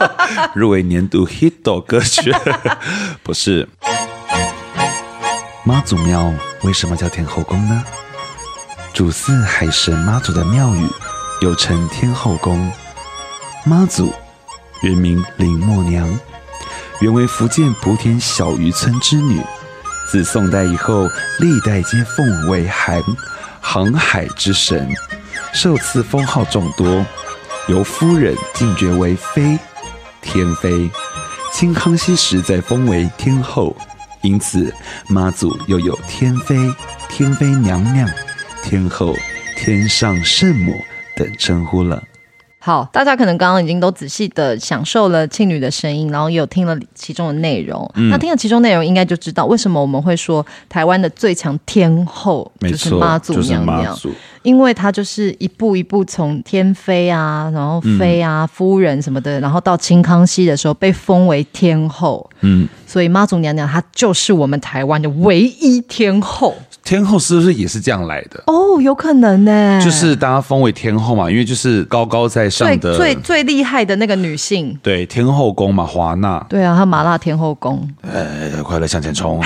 入围年度 hit 歌曲，不是。 妈祖庙为什么叫天后宫呢？主祀海神妈祖的庙宇又称天后宫。妈祖原名林默娘，原为福建莆田小渔村之女，自宋代以后，历代皆奉为航航海之神，受赐封号众多，由夫人进爵为妃、天妃，清康熙时再封为天后，因此妈祖又有天妃、天妃娘娘、天后、天上圣母等称呼了。 好，大家可能刚刚已经都仔细的享受了庆女的声音，然后也有听了其中的内容、嗯、那听了其中内容应该就知道为什么我们会说台湾的最强天后就是妈祖娘娘、就是、因为她就是一步一步从天妃啊，然后妃啊、嗯、夫人什么的，然后到清康熙的时候被封为天后，嗯，所以妈祖娘娘她就是我们台湾的唯一天后。 天后是不是也是这样来的？ 哦，有可能呢， 就是大家封为天后嘛，因为就是高高在上的最最最厉害的那个女性。 对，天后宫嘛，华纳。 对啊，她麻辣天后宫。 呃，快乐向前冲。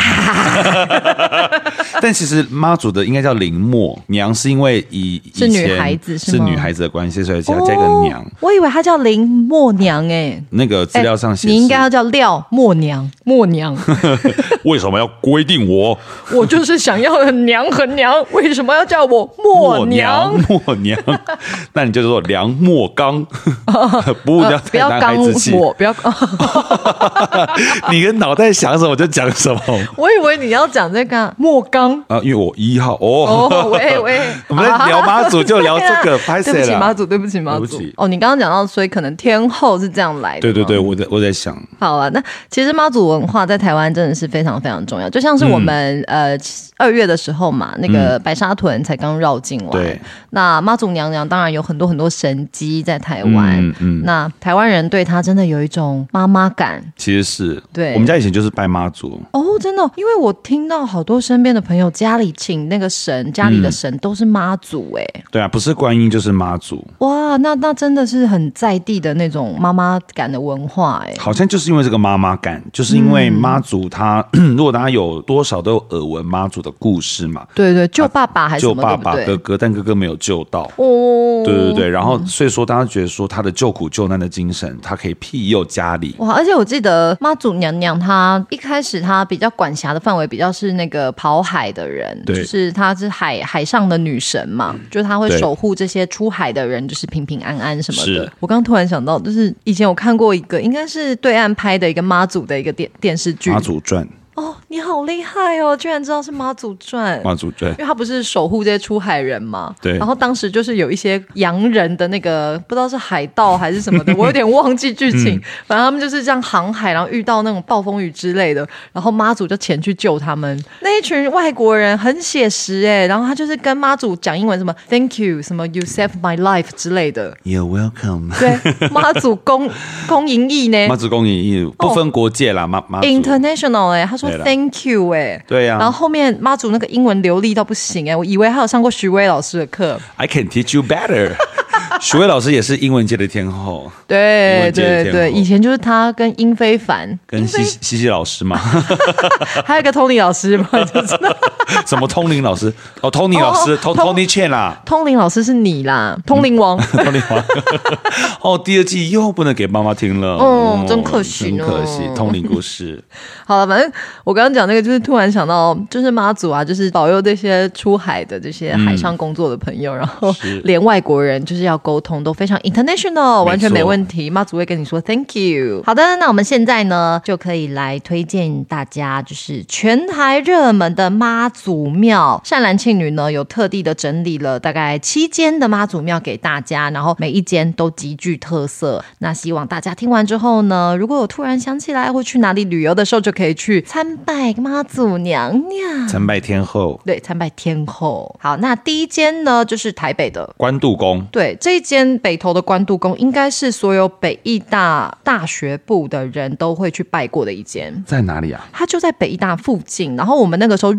但其实妈祖的应该叫林默娘，是因为以是女孩子是吗？是女孩子的关系，所以加加一个娘、哦。 我以为她叫林默娘哎， 那个资料上写、 欸、你应该要叫廖默娘，默娘。 为什么要规定我？ 我就是想要很娘很娘，为什么要叫我默娘？ 默娘，那你就说梁默刚，不要太男孩子气， 我不要。 你的脑袋想什么就讲什么。 我以为你要讲这个默刚啊，因为我一号哦。 哦，喂喂， 我们在聊妈祖就聊这个，拍谁了？ 对不起妈祖，对不起妈祖。哦，你刚刚讲到，所以可能天后是这样来的。 对对对，我在我在想。 好啊，那其实妈祖文化在台湾真的是非常非常重要，就像是我们、嗯、呃二月的时候嘛，那个白沙屯才刚绕境完、嗯，对，那妈祖娘娘当然有很多很多神迹在台湾，嗯嗯，那台湾人对她真的有一种妈妈感， 其实是， 对， 我们家以前就是拜妈祖哦，真的，因为我听到好多身边的朋友家里请那个神，家里的神都是妈祖，哎、嗯， 对啊，不是观音就是妈祖， 哇，那那真的是很在地的那种妈妈感的文化，哎， 好像就是因为这个妈妈感，就是因为妈祖她、嗯、如果大家有多少都有耳闻妈祖的故事嘛， 对对，救爸爸还是什么， 救爸爸对不对？ 哥哥，但哥哥没有救到， 哦， 对对对，然后所以说大家觉得说他的救苦救难的精神，他可以庇佑家里。 哇，而且我记得妈祖娘娘她一开始她比较管辖的范围比较是那个跑海的人，就是她是海海上的女神嘛，就是她会守护这些出海的人，就是平平安安什么的。我刚刚突然想到，就是以前我看过一个应该是对岸拍的一个妈祖的一个电电视剧《 妈祖传》。 哦，你好厉害哦！居然知道是妈祖传。 妈祖传， 因为他不是守护这些出海人嘛。 对。 然后当时就是有一些洋人的那个不知道是海盗还是什么的，我有点忘记剧情。嗯、反正他们就是这样航海，然后遇到那种暴风雨之类的，然后妈祖就前去救他们。那一群外国人很写实哎，然后他就是跟妈祖讲英文，什么 Thank you， 什么 You saved my life 之类的。 You're welcome。 对，妈祖公公银义呢？ 妈祖公银义不分国界啦，妈妈祖 International 哎，他说。Thank you 哎、欸， 对呀、啊， 然后后面妈祖那个英文流利到不行哎、欸，我以为他有上过徐威老师的课。 I can teach you better 。徐威老师也是英文界的天后， 对对对，以前就是他跟殷非凡、 跟西西西老师嘛， 还有一个 Tony 老师嘛，就知道什么通灵老师哦 ，Tony 老师、哦、，Tony Chen 啦， 通灵老师是你啦，通灵王， 通灵王。哦，第二季又不能给妈妈听了， 哦，真可惜， 真可惜，通灵故事。 好了，反正我刚刚讲那个，就是突然想到，就是妈祖啊，就是保佑这些出海的这些海上工作的朋友，嗯、然后连外国人就是要沟通都非常 international， 完全没问题。妈祖会跟你说 thank you。好的，那我们现在呢就可以来推荐大家，就是全台热门的妈祖庙。善兰庆女呢有特地的整理了大概七间的妈祖庙给大家，然后每一间都极具特色。那希望大家听完之后呢，如果有突然想起来或去哪里旅游的时候，就可以去参拜妈祖娘娘， 参拜天后。 对，参拜天后。好，那第一间呢就是台北的关渡宫。 对，这一间北投的关渡宫应该是所有北艺大大学部的人都会去拜过的一间。 在哪里啊？ 它就在北艺大附近。然后我们那个时候入学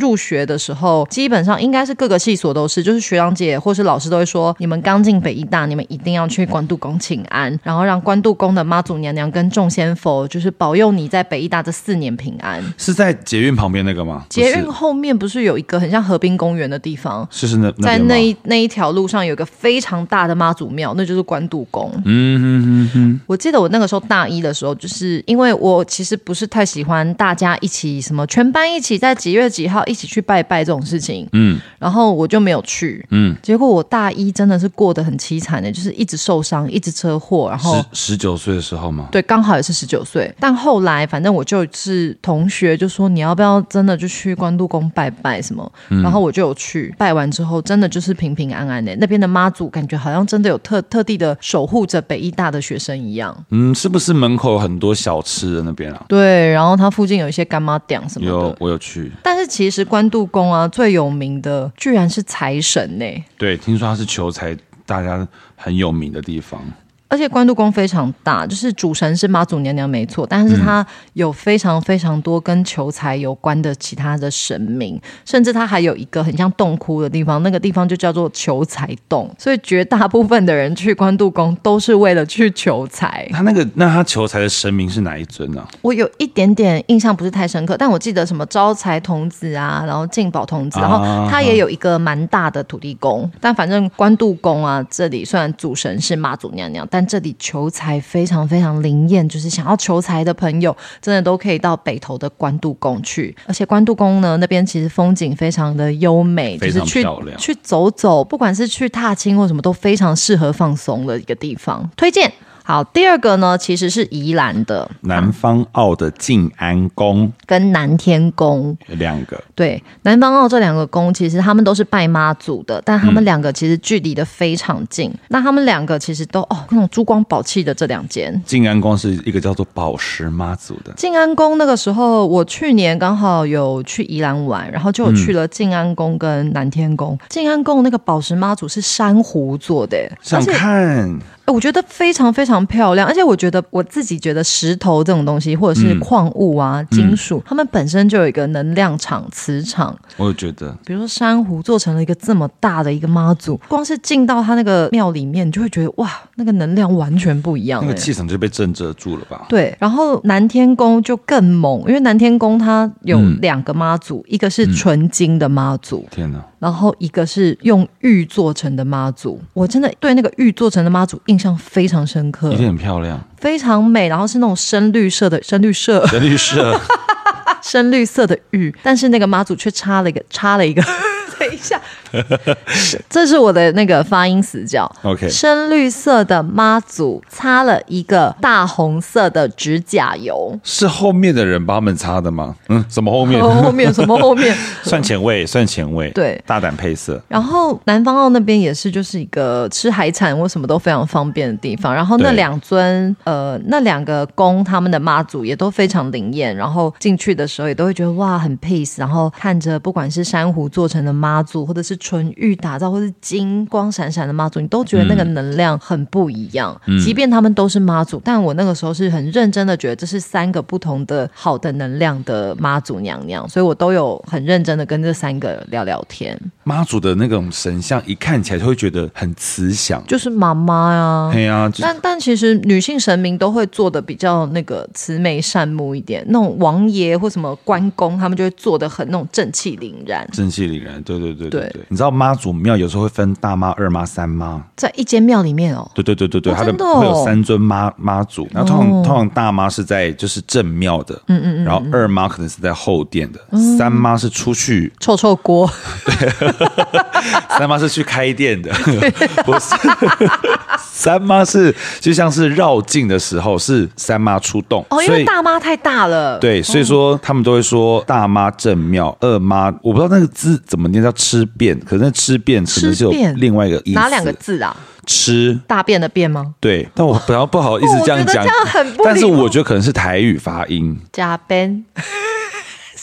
的时候，基本上应该是各个系所都是，就是学长姐或是老师都会说，你们刚进北医大，你们一定要去关渡宫请安，然后让关渡宫的妈祖娘娘跟众仙佛就是保佑你在北医大这四年平安。 是在捷运旁边那个吗？ 捷运后面不是有一个很像河滨公园的地方？ 是是那在那一那一条路上有一个非常大的妈祖庙，那就是关渡宫。 嗯哼哼哼。 我记得我那个时候大一的时候，就是因为我其实不是太喜欢大家一起什么全班一起在几月几号一起去拜拜这种事情，嗯，然后我就没有去，嗯，结果我大一真的是过得很凄惨的，就是一直受伤，一直车祸，然后十九岁的时候吗？ 对，刚好也是十九岁。但后来反正我就是同学就说你要不要真的就去关渡宫拜拜什么，嗯、然后我就有去拜完之后，真的就是平平安安的。那边的妈祖感觉好像真的有特特地的守护着北医大的学生一样。 嗯，是不是门口有很多小吃的那边啊？ 对，然后它附近有一些干妈店什么的。 有，我有去。 但是其实关渡宫啊，最有名的居然是财神呢、欸。 对，听说它是求财大家很有名的地方。 而且关渡宫非常大，就是主神是妈祖娘娘没错，但是它有非常非常多跟求财有关的其他的神明，甚至它还有一个很像洞窟的地方，那个地方就叫做求财洞，所以绝大部分的人去关渡宫都是为了去求财。 他那个那他求财的神明是哪一尊啊？ 我有一点点印象不是太深刻，但我记得什么招财童子啊，然后进宝童子，然后它也有一个蛮大的土地公，但反正关渡宫啊，这里虽然主神是妈祖娘娘，但这里求财非常非常灵验，就是想要求财的朋友真的都可以到北投的关渡宫去。而且关渡宫呢那边其实风景非常的优美， 非常漂亮， 就是去去走走，不管是去踏青或什么都非常适合放松的一个地方，推荐。好，第二个呢其实是宜兰的南方澳的静安宫跟南天宫两个。 对，南方澳这两个宫其实他们都是拜妈祖的，但他们两个其实距离的非常近、嗯、那他们两个其实都哦那种珠光宝气的这两间。 静安宫是一个叫做宝石妈祖的。 静安宫那个时候我去年刚好有去宜兰玩，然后就有去了静安宫跟南天宫、嗯、静安宫那个宝石妈祖是珊瑚做的， 想看， 我觉得非常非常漂亮，而且我觉得我自己觉得石头这种东西或者是矿物啊、嗯、金属、嗯、它们本身就有一个能量场磁场。 我觉得比如说珊瑚做成了一个这么大的一个妈祖，光是进到它那个庙里面你就会觉得哇那个能量完全不一样， 那个气场就被震慑住了吧。 对，然后南天宫就更猛，因为南天宫它有两个妈祖、嗯、一个是纯金的妈祖、嗯、 天哪， 然后一个是用玉做成的妈祖。我真的对那个玉做成的妈祖印象非常深刻， 一定很漂亮， 非常美，然后是那种深绿色的深绿色深绿色深绿色的玉，但是那个妈祖却插了一个插了一个等一下这是我的那个发音死角 OK， 深绿色的妈祖擦了一个大红色的指甲油。 是后面的人帮他们擦的吗？嗯，什么后面、 哦、后面什么后面算前卫算前卫， 对， 大胆配色。 然后南方澳那边也是就是一个吃海产或什么都非常方便的地方，然后那两尊呃那两个宫他们的妈祖也都非常灵验，然后进去的时候也都会觉得哇很 peace， 然后看着不管是珊瑚做成的妈祖或者是纯玉打造或是金光闪闪的妈祖，你都觉得那个能量很不一样、嗯、即便他们都是妈祖，但我那个时候是很认真的觉得这是三个不同的好的能量的妈祖娘娘，所以我都有很认真的跟这三个聊聊天。 妈祖的那种神像一看起来就会觉得很慈祥， 就是妈妈呀， 对啊， 但但其实女性神明都会做的比较那个慈眉善目一点，那种王爷或什么关公他们就会做的很那种正气凛然正气凛然。对对对对 对, 对，你知道妈祖庙有时候会分大妈二妈三妈， 在一间庙里面哦。 对对对对对、哦、它的哦会有三尊妈妈祖，然后通常、哦、通常大妈是在就是正庙的，嗯嗯嗯，然后二妈可能是在后殿的、嗯、三妈是出去臭臭锅三妈是去开店的不是三妈是就像是绕境的时候是三妈出动哦，因为大妈太大了， 对，所以说他们都会说大妈正庙，二妈我不知道那个字怎么念，叫吃便，可是那吃便可能是有另外一个意思， 哪两个字啊？ 吃大便的便吗？ 对，但我不要不好意思这样讲、哦、 这样很不， 但是我觉得可能是台语发音加便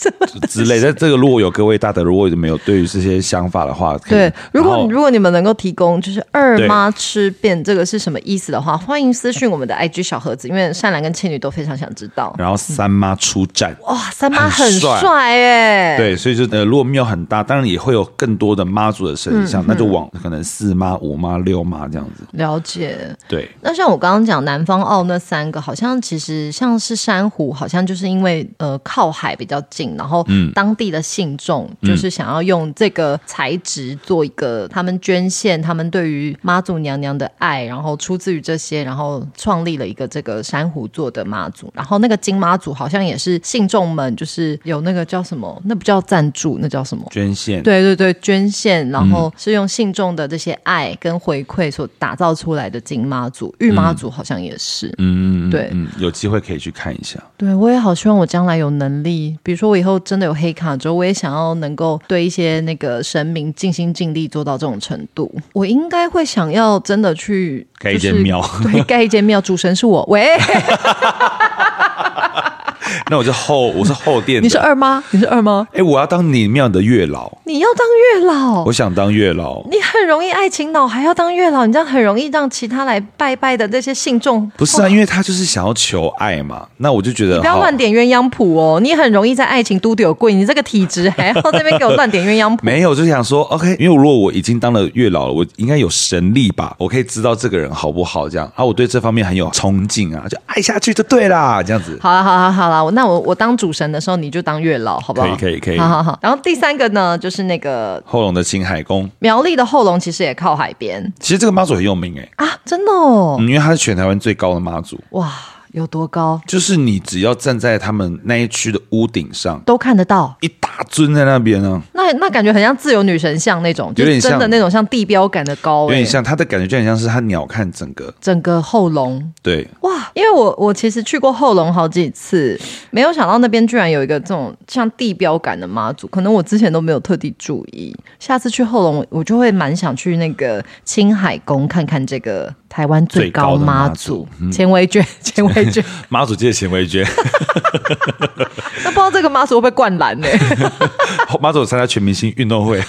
之类的。这个如果有各位大德，如果没有对于这些想法的话， 对，如果如果你们能够提供就是二妈吃遍这个是什么意思的话，欢迎私讯我们的 I G 小盒子，因为善兰跟庆女都非常想知道。 然后三妈出战， 哇，三妈很帅哎， 对，所以就呃，如果庙很大，当然也会有更多的妈祖的神像，嗯、那就往可能四妈、五妈、六妈这样子。 了解， 对。 那像我刚刚讲南方澳那三个，好像其实像是珊瑚，好像就是因为呃靠海比较近，然后当地的信众就是想要用这个材质做一个他们捐献，他们对于妈祖娘娘的爱，然后出自于这些，然后创立了一个这个珊瑚做的妈祖。然后那个金妈祖好像也是信众们就是有那个叫什么，那不叫赞助，那叫什么？ 捐献。 对对对，捐献，然后是用信众的这些爱跟回馈所打造出来的金妈祖。玉妈祖好像也是， 嗯， 对， 嗯，有机会可以去看一下。 对，我也好希望我将来有能力，比如说我以后真的有黑卡之后，我也想要能够对一些那个神明尽心尽力做到这种程度。我应该会想要真的去、就是、 盖一间庙， 对，盖一间庙，主神是我，喂。 那我就后我是后殿的， 你是二妈，你是二妈。 哎、欸，我要当你庙的月老， 你要当月老？ 我想当月老。 你很容易爱情脑，还要当月老，你这样很容易让其他来拜拜的这些信众。 不是啊，因为他就是想要求爱嘛。那我就觉得你不要乱点鸳鸯谱哦，你很容易在爱情都丢贵，你这个体质还要在那边给我乱点鸳鸯谱。 没有，就想说 OK， 因为如果我已经当了月老了，我应该有神力吧，我可以知道这个人好不好这样啊，我对这方面很有冲劲啊，就爱下去就对啦，这样子。 好啦好啦好啦，那我我当主神的时候，你就当月老，好不好？ 可以可以可以。 好好好。然后第三个呢，就是那个后龙的青海宫， 苗栗的后龙其实也靠海边。 其实这个妈祖很有名哎、 欸、啊，真的哦、 嗯，因为他是全台湾最高的妈祖。 哇，有多高？ 就是你只要站在他们那一区的屋顶上， 都看得到一大尊在那边呢、啊。 那那感觉很像自由女神像那种， 有点像真的那种像地标感的高、欸， 有点像他的感觉，就很像是他鸟瞰整个整个后龙。 对， 哇，因为我我其实去过后龙好几次，没有想到那边居然有一个这种像地标感的妈祖，可能我之前都没有特地注意。下次去后龙，我就会蛮想去那个青海宫看看这个台湾最高妈祖，钱维娟，钱维娟， 妈祖界的钱维娟。 那不知道这个妈祖会不会灌篮呢？ 妈祖参加全明星运动会。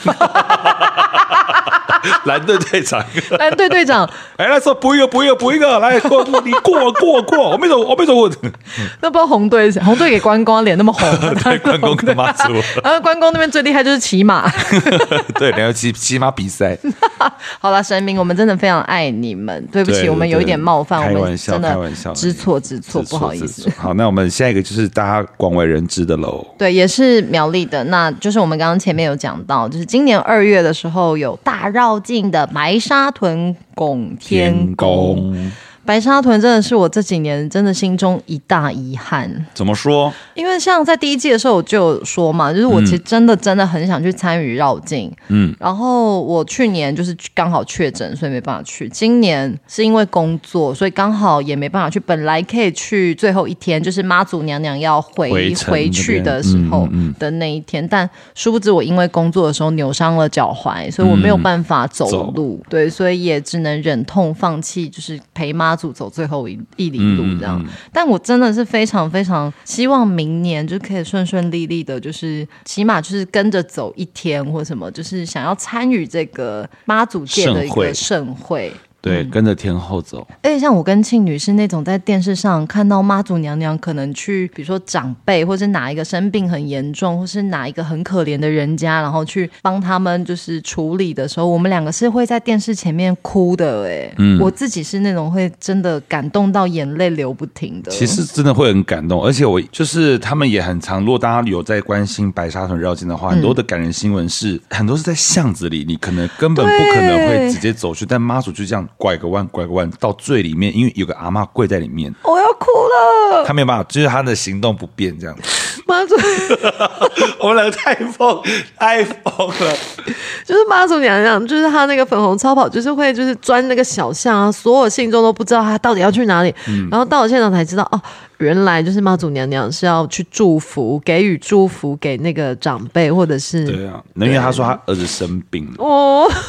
蓝队队长， 蓝队队长， 哎，来说补一个，补一个，补一个，来过过，你过过过，我没走，我没走过。 那不知道红队，红队给关公脸那么红， 对，关公跟妈祖。 然后关公那边最厉害就是骑马， 对，两个骑骑马比赛。 好了，神明，我们真的非常爱你们，对不起，我们有一点冒犯， 开玩笑， 我们开玩笑， 知错知错，不好意思。 好，那我们下一个就是大家广为人知的喽。 对，也是苗栗的，那就是我们刚刚前面有讲到，就是今年二月的时候有大绕境的白沙屯拱天宫。白沙屯真的是我这几年真的心中一大遗憾。 怎么说？ 因为像在第一季的时候我就有说嘛，就是我其实真的真的很想去参与绕境，嗯，然后我去年就是刚好确诊，所以没办法去。今年是因为工作，所以刚好也没办法去。本来可以去最后一天，就是妈祖娘娘要回回去的时候的那一天，嗯嗯、但殊不知我因为工作的时候扭伤了脚踝，所以我没有办法走路，嗯、对，所以也只能忍痛放弃，就是陪妈祖走最后一一里路这样、嗯嗯、但我真的是非常非常希望明年就可以顺顺利利的，就是起码就是跟着走一天或什么，就是想要参与这个妈祖界的一个盛会。 对、嗯，跟着天后走。 而且像我跟庆女是那种在电视上看到妈祖娘娘可能去，比如说长辈，或是哪一个生病很严重，或是哪一个很可怜的人家，然后去帮他们就是处理的时候，我们两个是会在电视前面哭的哎、欸。嗯，我自己是那种会真的感动到眼泪流不停的。 其实真的会很感动，而且我就是他们也很常，如果大家有在关心白沙屯绕境的话，很多的感人新闻是、嗯、很多是在巷子里，你可能根本不可能会直接走去，但妈祖就这样拐个弯拐个弯到最里面，因为有个阿嬷跪在里面， 我要哭了。 他没有办法，就是他的行动不便这样。 妈祖， 我们两个太疯太疯了。 就是妈祖娘娘，就是他那个粉红超跑，就是会就是钻那个小巷啊，所有信众都不知道他到底要去哪里，嗯、然后到了现场才知道哦。原来就是妈祖娘娘是要去祝福，给予祝福给那个长辈，或者是对啊，那因为他说他儿子生病了哦。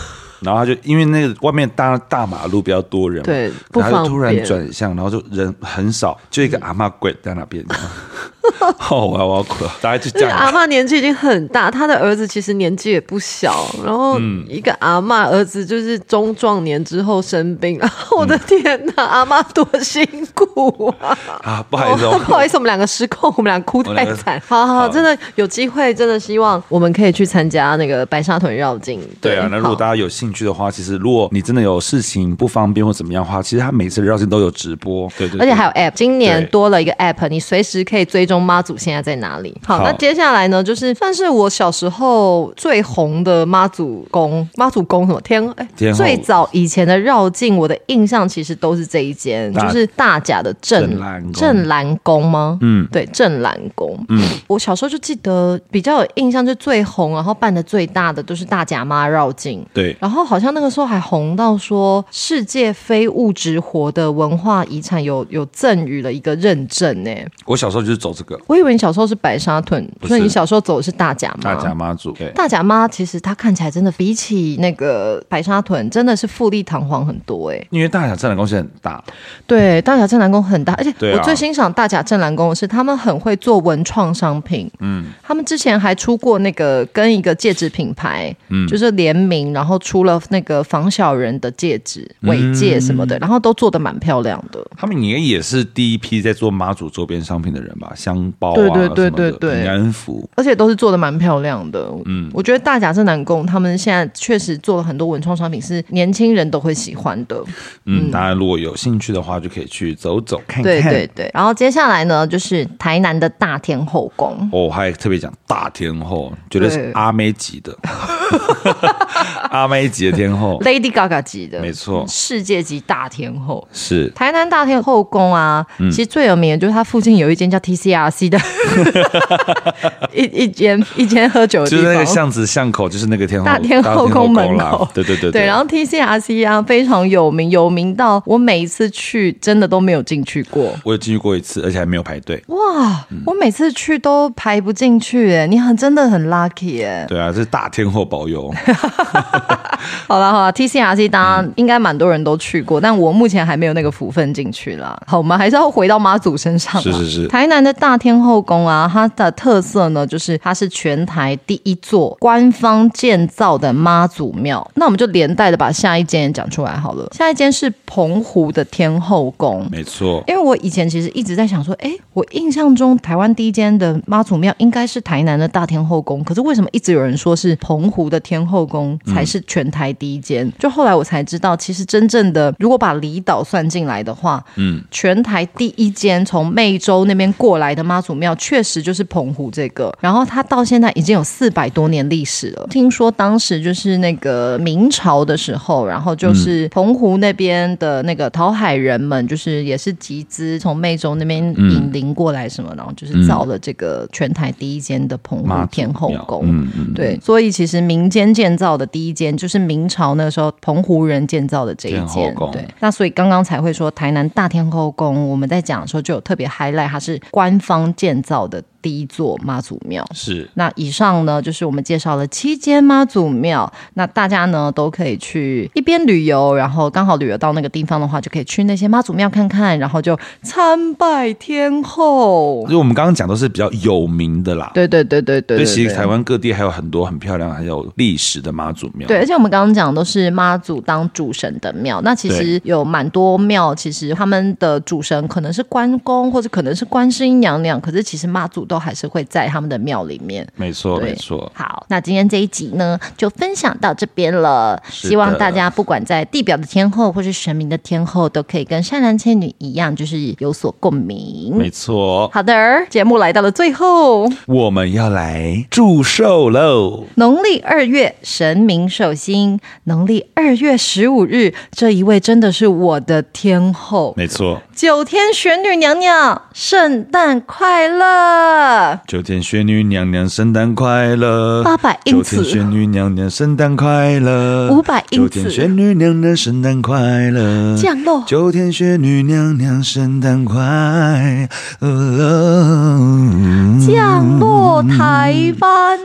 然后他就因为那个外面大大马路比较多人嘛， 对，不方便， 他就突然转向，然后就人很少，就一个阿嬷跪在那边。哦，我要我要哭了，大概就这样。 阿嬷年纪已经很大，他的儿子其实年纪也不小，然后一个阿嬷儿子就是中壮年之后生病，然后我的天哪，嗯、阿嬷多辛苦啊！ 啊，不好意思、哦， 不好意思，我们两个失控，我们俩哭太惨。好好，真的有机会，真的希望我们可以去参加那个白沙屯绕境。 对, 对啊，那如果大家有兴趣的话，其实如果你真的有事情不方便或怎么样的话，其实他每次绕境都有直播，对 对, 对， 而且还有 App， 今年多了一个 App， 你随时可以追踪妈祖现在在哪里。好，好那接下来呢，就是算是我小时候最红的妈祖宫，妈祖宫什么天哎，天最早以前的绕境，我的印象其实都是这一间，就是大甲的镇镇澜宫吗？嗯，对，镇澜宫。嗯，我小时候就记得比较有印象，就最红，然后办的最大的都是大甲妈绕境。 对， 然后好像那个时候还红到说世界非物质活的文化遗产有有赠予了一个认证呢。 我小时候就是走这个， 我以为你小时候是白沙屯，所以你小时候走的是大甲妈。 大甲妈祖，对， 大甲妈其实它看起来真的比起那个白沙屯真的是富丽堂皇很多哎、欸， 因为大甲镇澜宫是很大， 对，大甲镇澜宫很大，而且我最欣赏大甲镇澜宫的是他们很会做文创商品，嗯，他们之前还出过那个跟一个戒指品牌，嗯，就是联名，然后出了那个防小人的戒指、尾戒什么的，然后都做得蛮漂亮的。 他们应该也是第一批在做妈祖周边商品的人吧，香包啊， 对对对对对， 平安符， 而且都是做得蛮漂亮的。嗯，我觉得大甲镇澜宫他们现在确实做了很多文创商品，是年轻人都会喜欢的。 嗯，当然如果有兴趣的话，就可以去走走看看。 对对对。然后接下来呢，就是台南的大天后宫。 哦，还特别讲大天后，绝对是阿妹级的，阿妹级的天后 ，Lady Gaga 级的， 没错， 世界级大天后是台南大天后宫啊。嗯、其实最有名的就是它附近有一间叫 T C R C 的一一间一间喝酒的地方， 就是那个巷子巷口，就是那个天后大天后宫门口。 对对 对, 对, 对，然后 T C R C 啊非常有名，有名到我每一次去真的都没有进去过。 我有进去过一次，而且还没有排队。 哇、嗯，我每次去都排不进去哎，你很真的很 lucky 哎。 对啊，这是大天后保佑。 好啦好啦 ，T C R C 当然应该蛮多人都去过，但我目前还没有那个福分进去啦。好，我们还是要回到妈祖身上。 是是是， 台南的大天后宫啊，它的特色呢，就是它是全台第一座官方建造的妈祖庙。那我们就连带的把下一间也讲出来好了。下一间是澎湖的天后宫， 没错。 因为我以前其实一直在想说，哎，我印象中台湾第一间的妈祖庙应该是台南的大天后宫，可是为什么一直有人说是澎湖的天后宫才是全台第一间？嗯、就后来我才知道，其实真正的如果把离岛算进来的话，嗯，全台第一间从湄洲那边过来的妈祖庙，确实就是澎湖这个。然后它到现在已经有四百多年历史了。听说当时就是那个明朝的时候，然后就是澎湖那边的那个讨海人们，就是也是集资从湄洲那边引灵过来什么，然后就是造了这个全台第一间的澎湖天后宫。嗯嗯，对，所以其实民间建造的第一间就是明朝那时候澎湖人建造的这一间。对，那所以刚刚才会说台南大天后宫，我们在讲的时候就有特别 highlight 它是官方建造的第一座妈祖庙。 是， 那以上呢就是我们介绍了七间妈祖庙，那大家呢都可以去一边旅游，然后刚好旅游到那个地方的话，就可以去那些妈祖庙看看，然后就参拜天后。 因为我们刚刚讲都是比较有名的啦， 对对对对 对, 对, 对, 对， 其实台湾各地还有很多很漂亮很有历史的妈祖庙。 对，而且我们刚刚讲都是妈祖当主神的庙，那其实有蛮多庙其实他们的主神可能是关公或者可能是观世音娘娘，可是其实妈祖都还是会在他们的庙里面。 没错没错。 好，那今天这一集呢就分享到这边了，希望大家不管在地表的天后或是神明的天后都可以跟善男信女一样，就是有所共鸣。 没错。 好的，节目来到了最后， 我们要来祝寿喽。 农历二月神明寿星，农历二月十五日，这一位真的是我的天后。 没错， 九天玄女娘娘圣诞快乐， 九天玄女娘娘圣诞快乐， 八百英尺， 九天玄女娘娘圣诞快乐， 五百英尺， 九天玄女娘娘圣诞快乐， 降落， 九天玄女娘娘圣诞快乐， 降落台湾。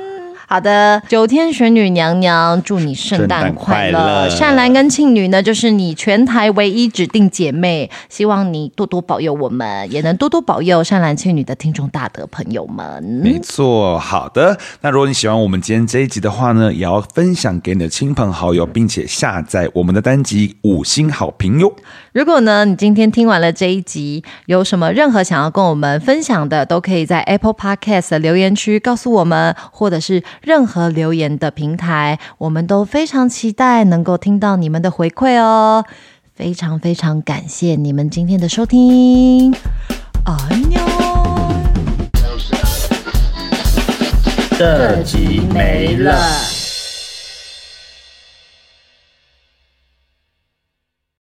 好的，九天玄女娘娘祝你圣诞快乐。善兰跟庆女呢，就是你全台唯一指定姐妹，希望你多多保佑我们，也能多多保佑善兰庆女的听众大德朋友们。 没错，好的。那如果你喜欢我们今天这一集的话呢，也要分享给你的亲朋好友，并且下载我们的单集五星好评哟。 如果呢，你今天听完了这一集，有什么任何想要跟我们分享的，都可以在 Apple Podcast 的留言区告诉我们，或者是任何留言的平台，我们都非常期待能够听到你们的回馈哦。非常非常感谢你们今天的收听，安妞， 这集没了。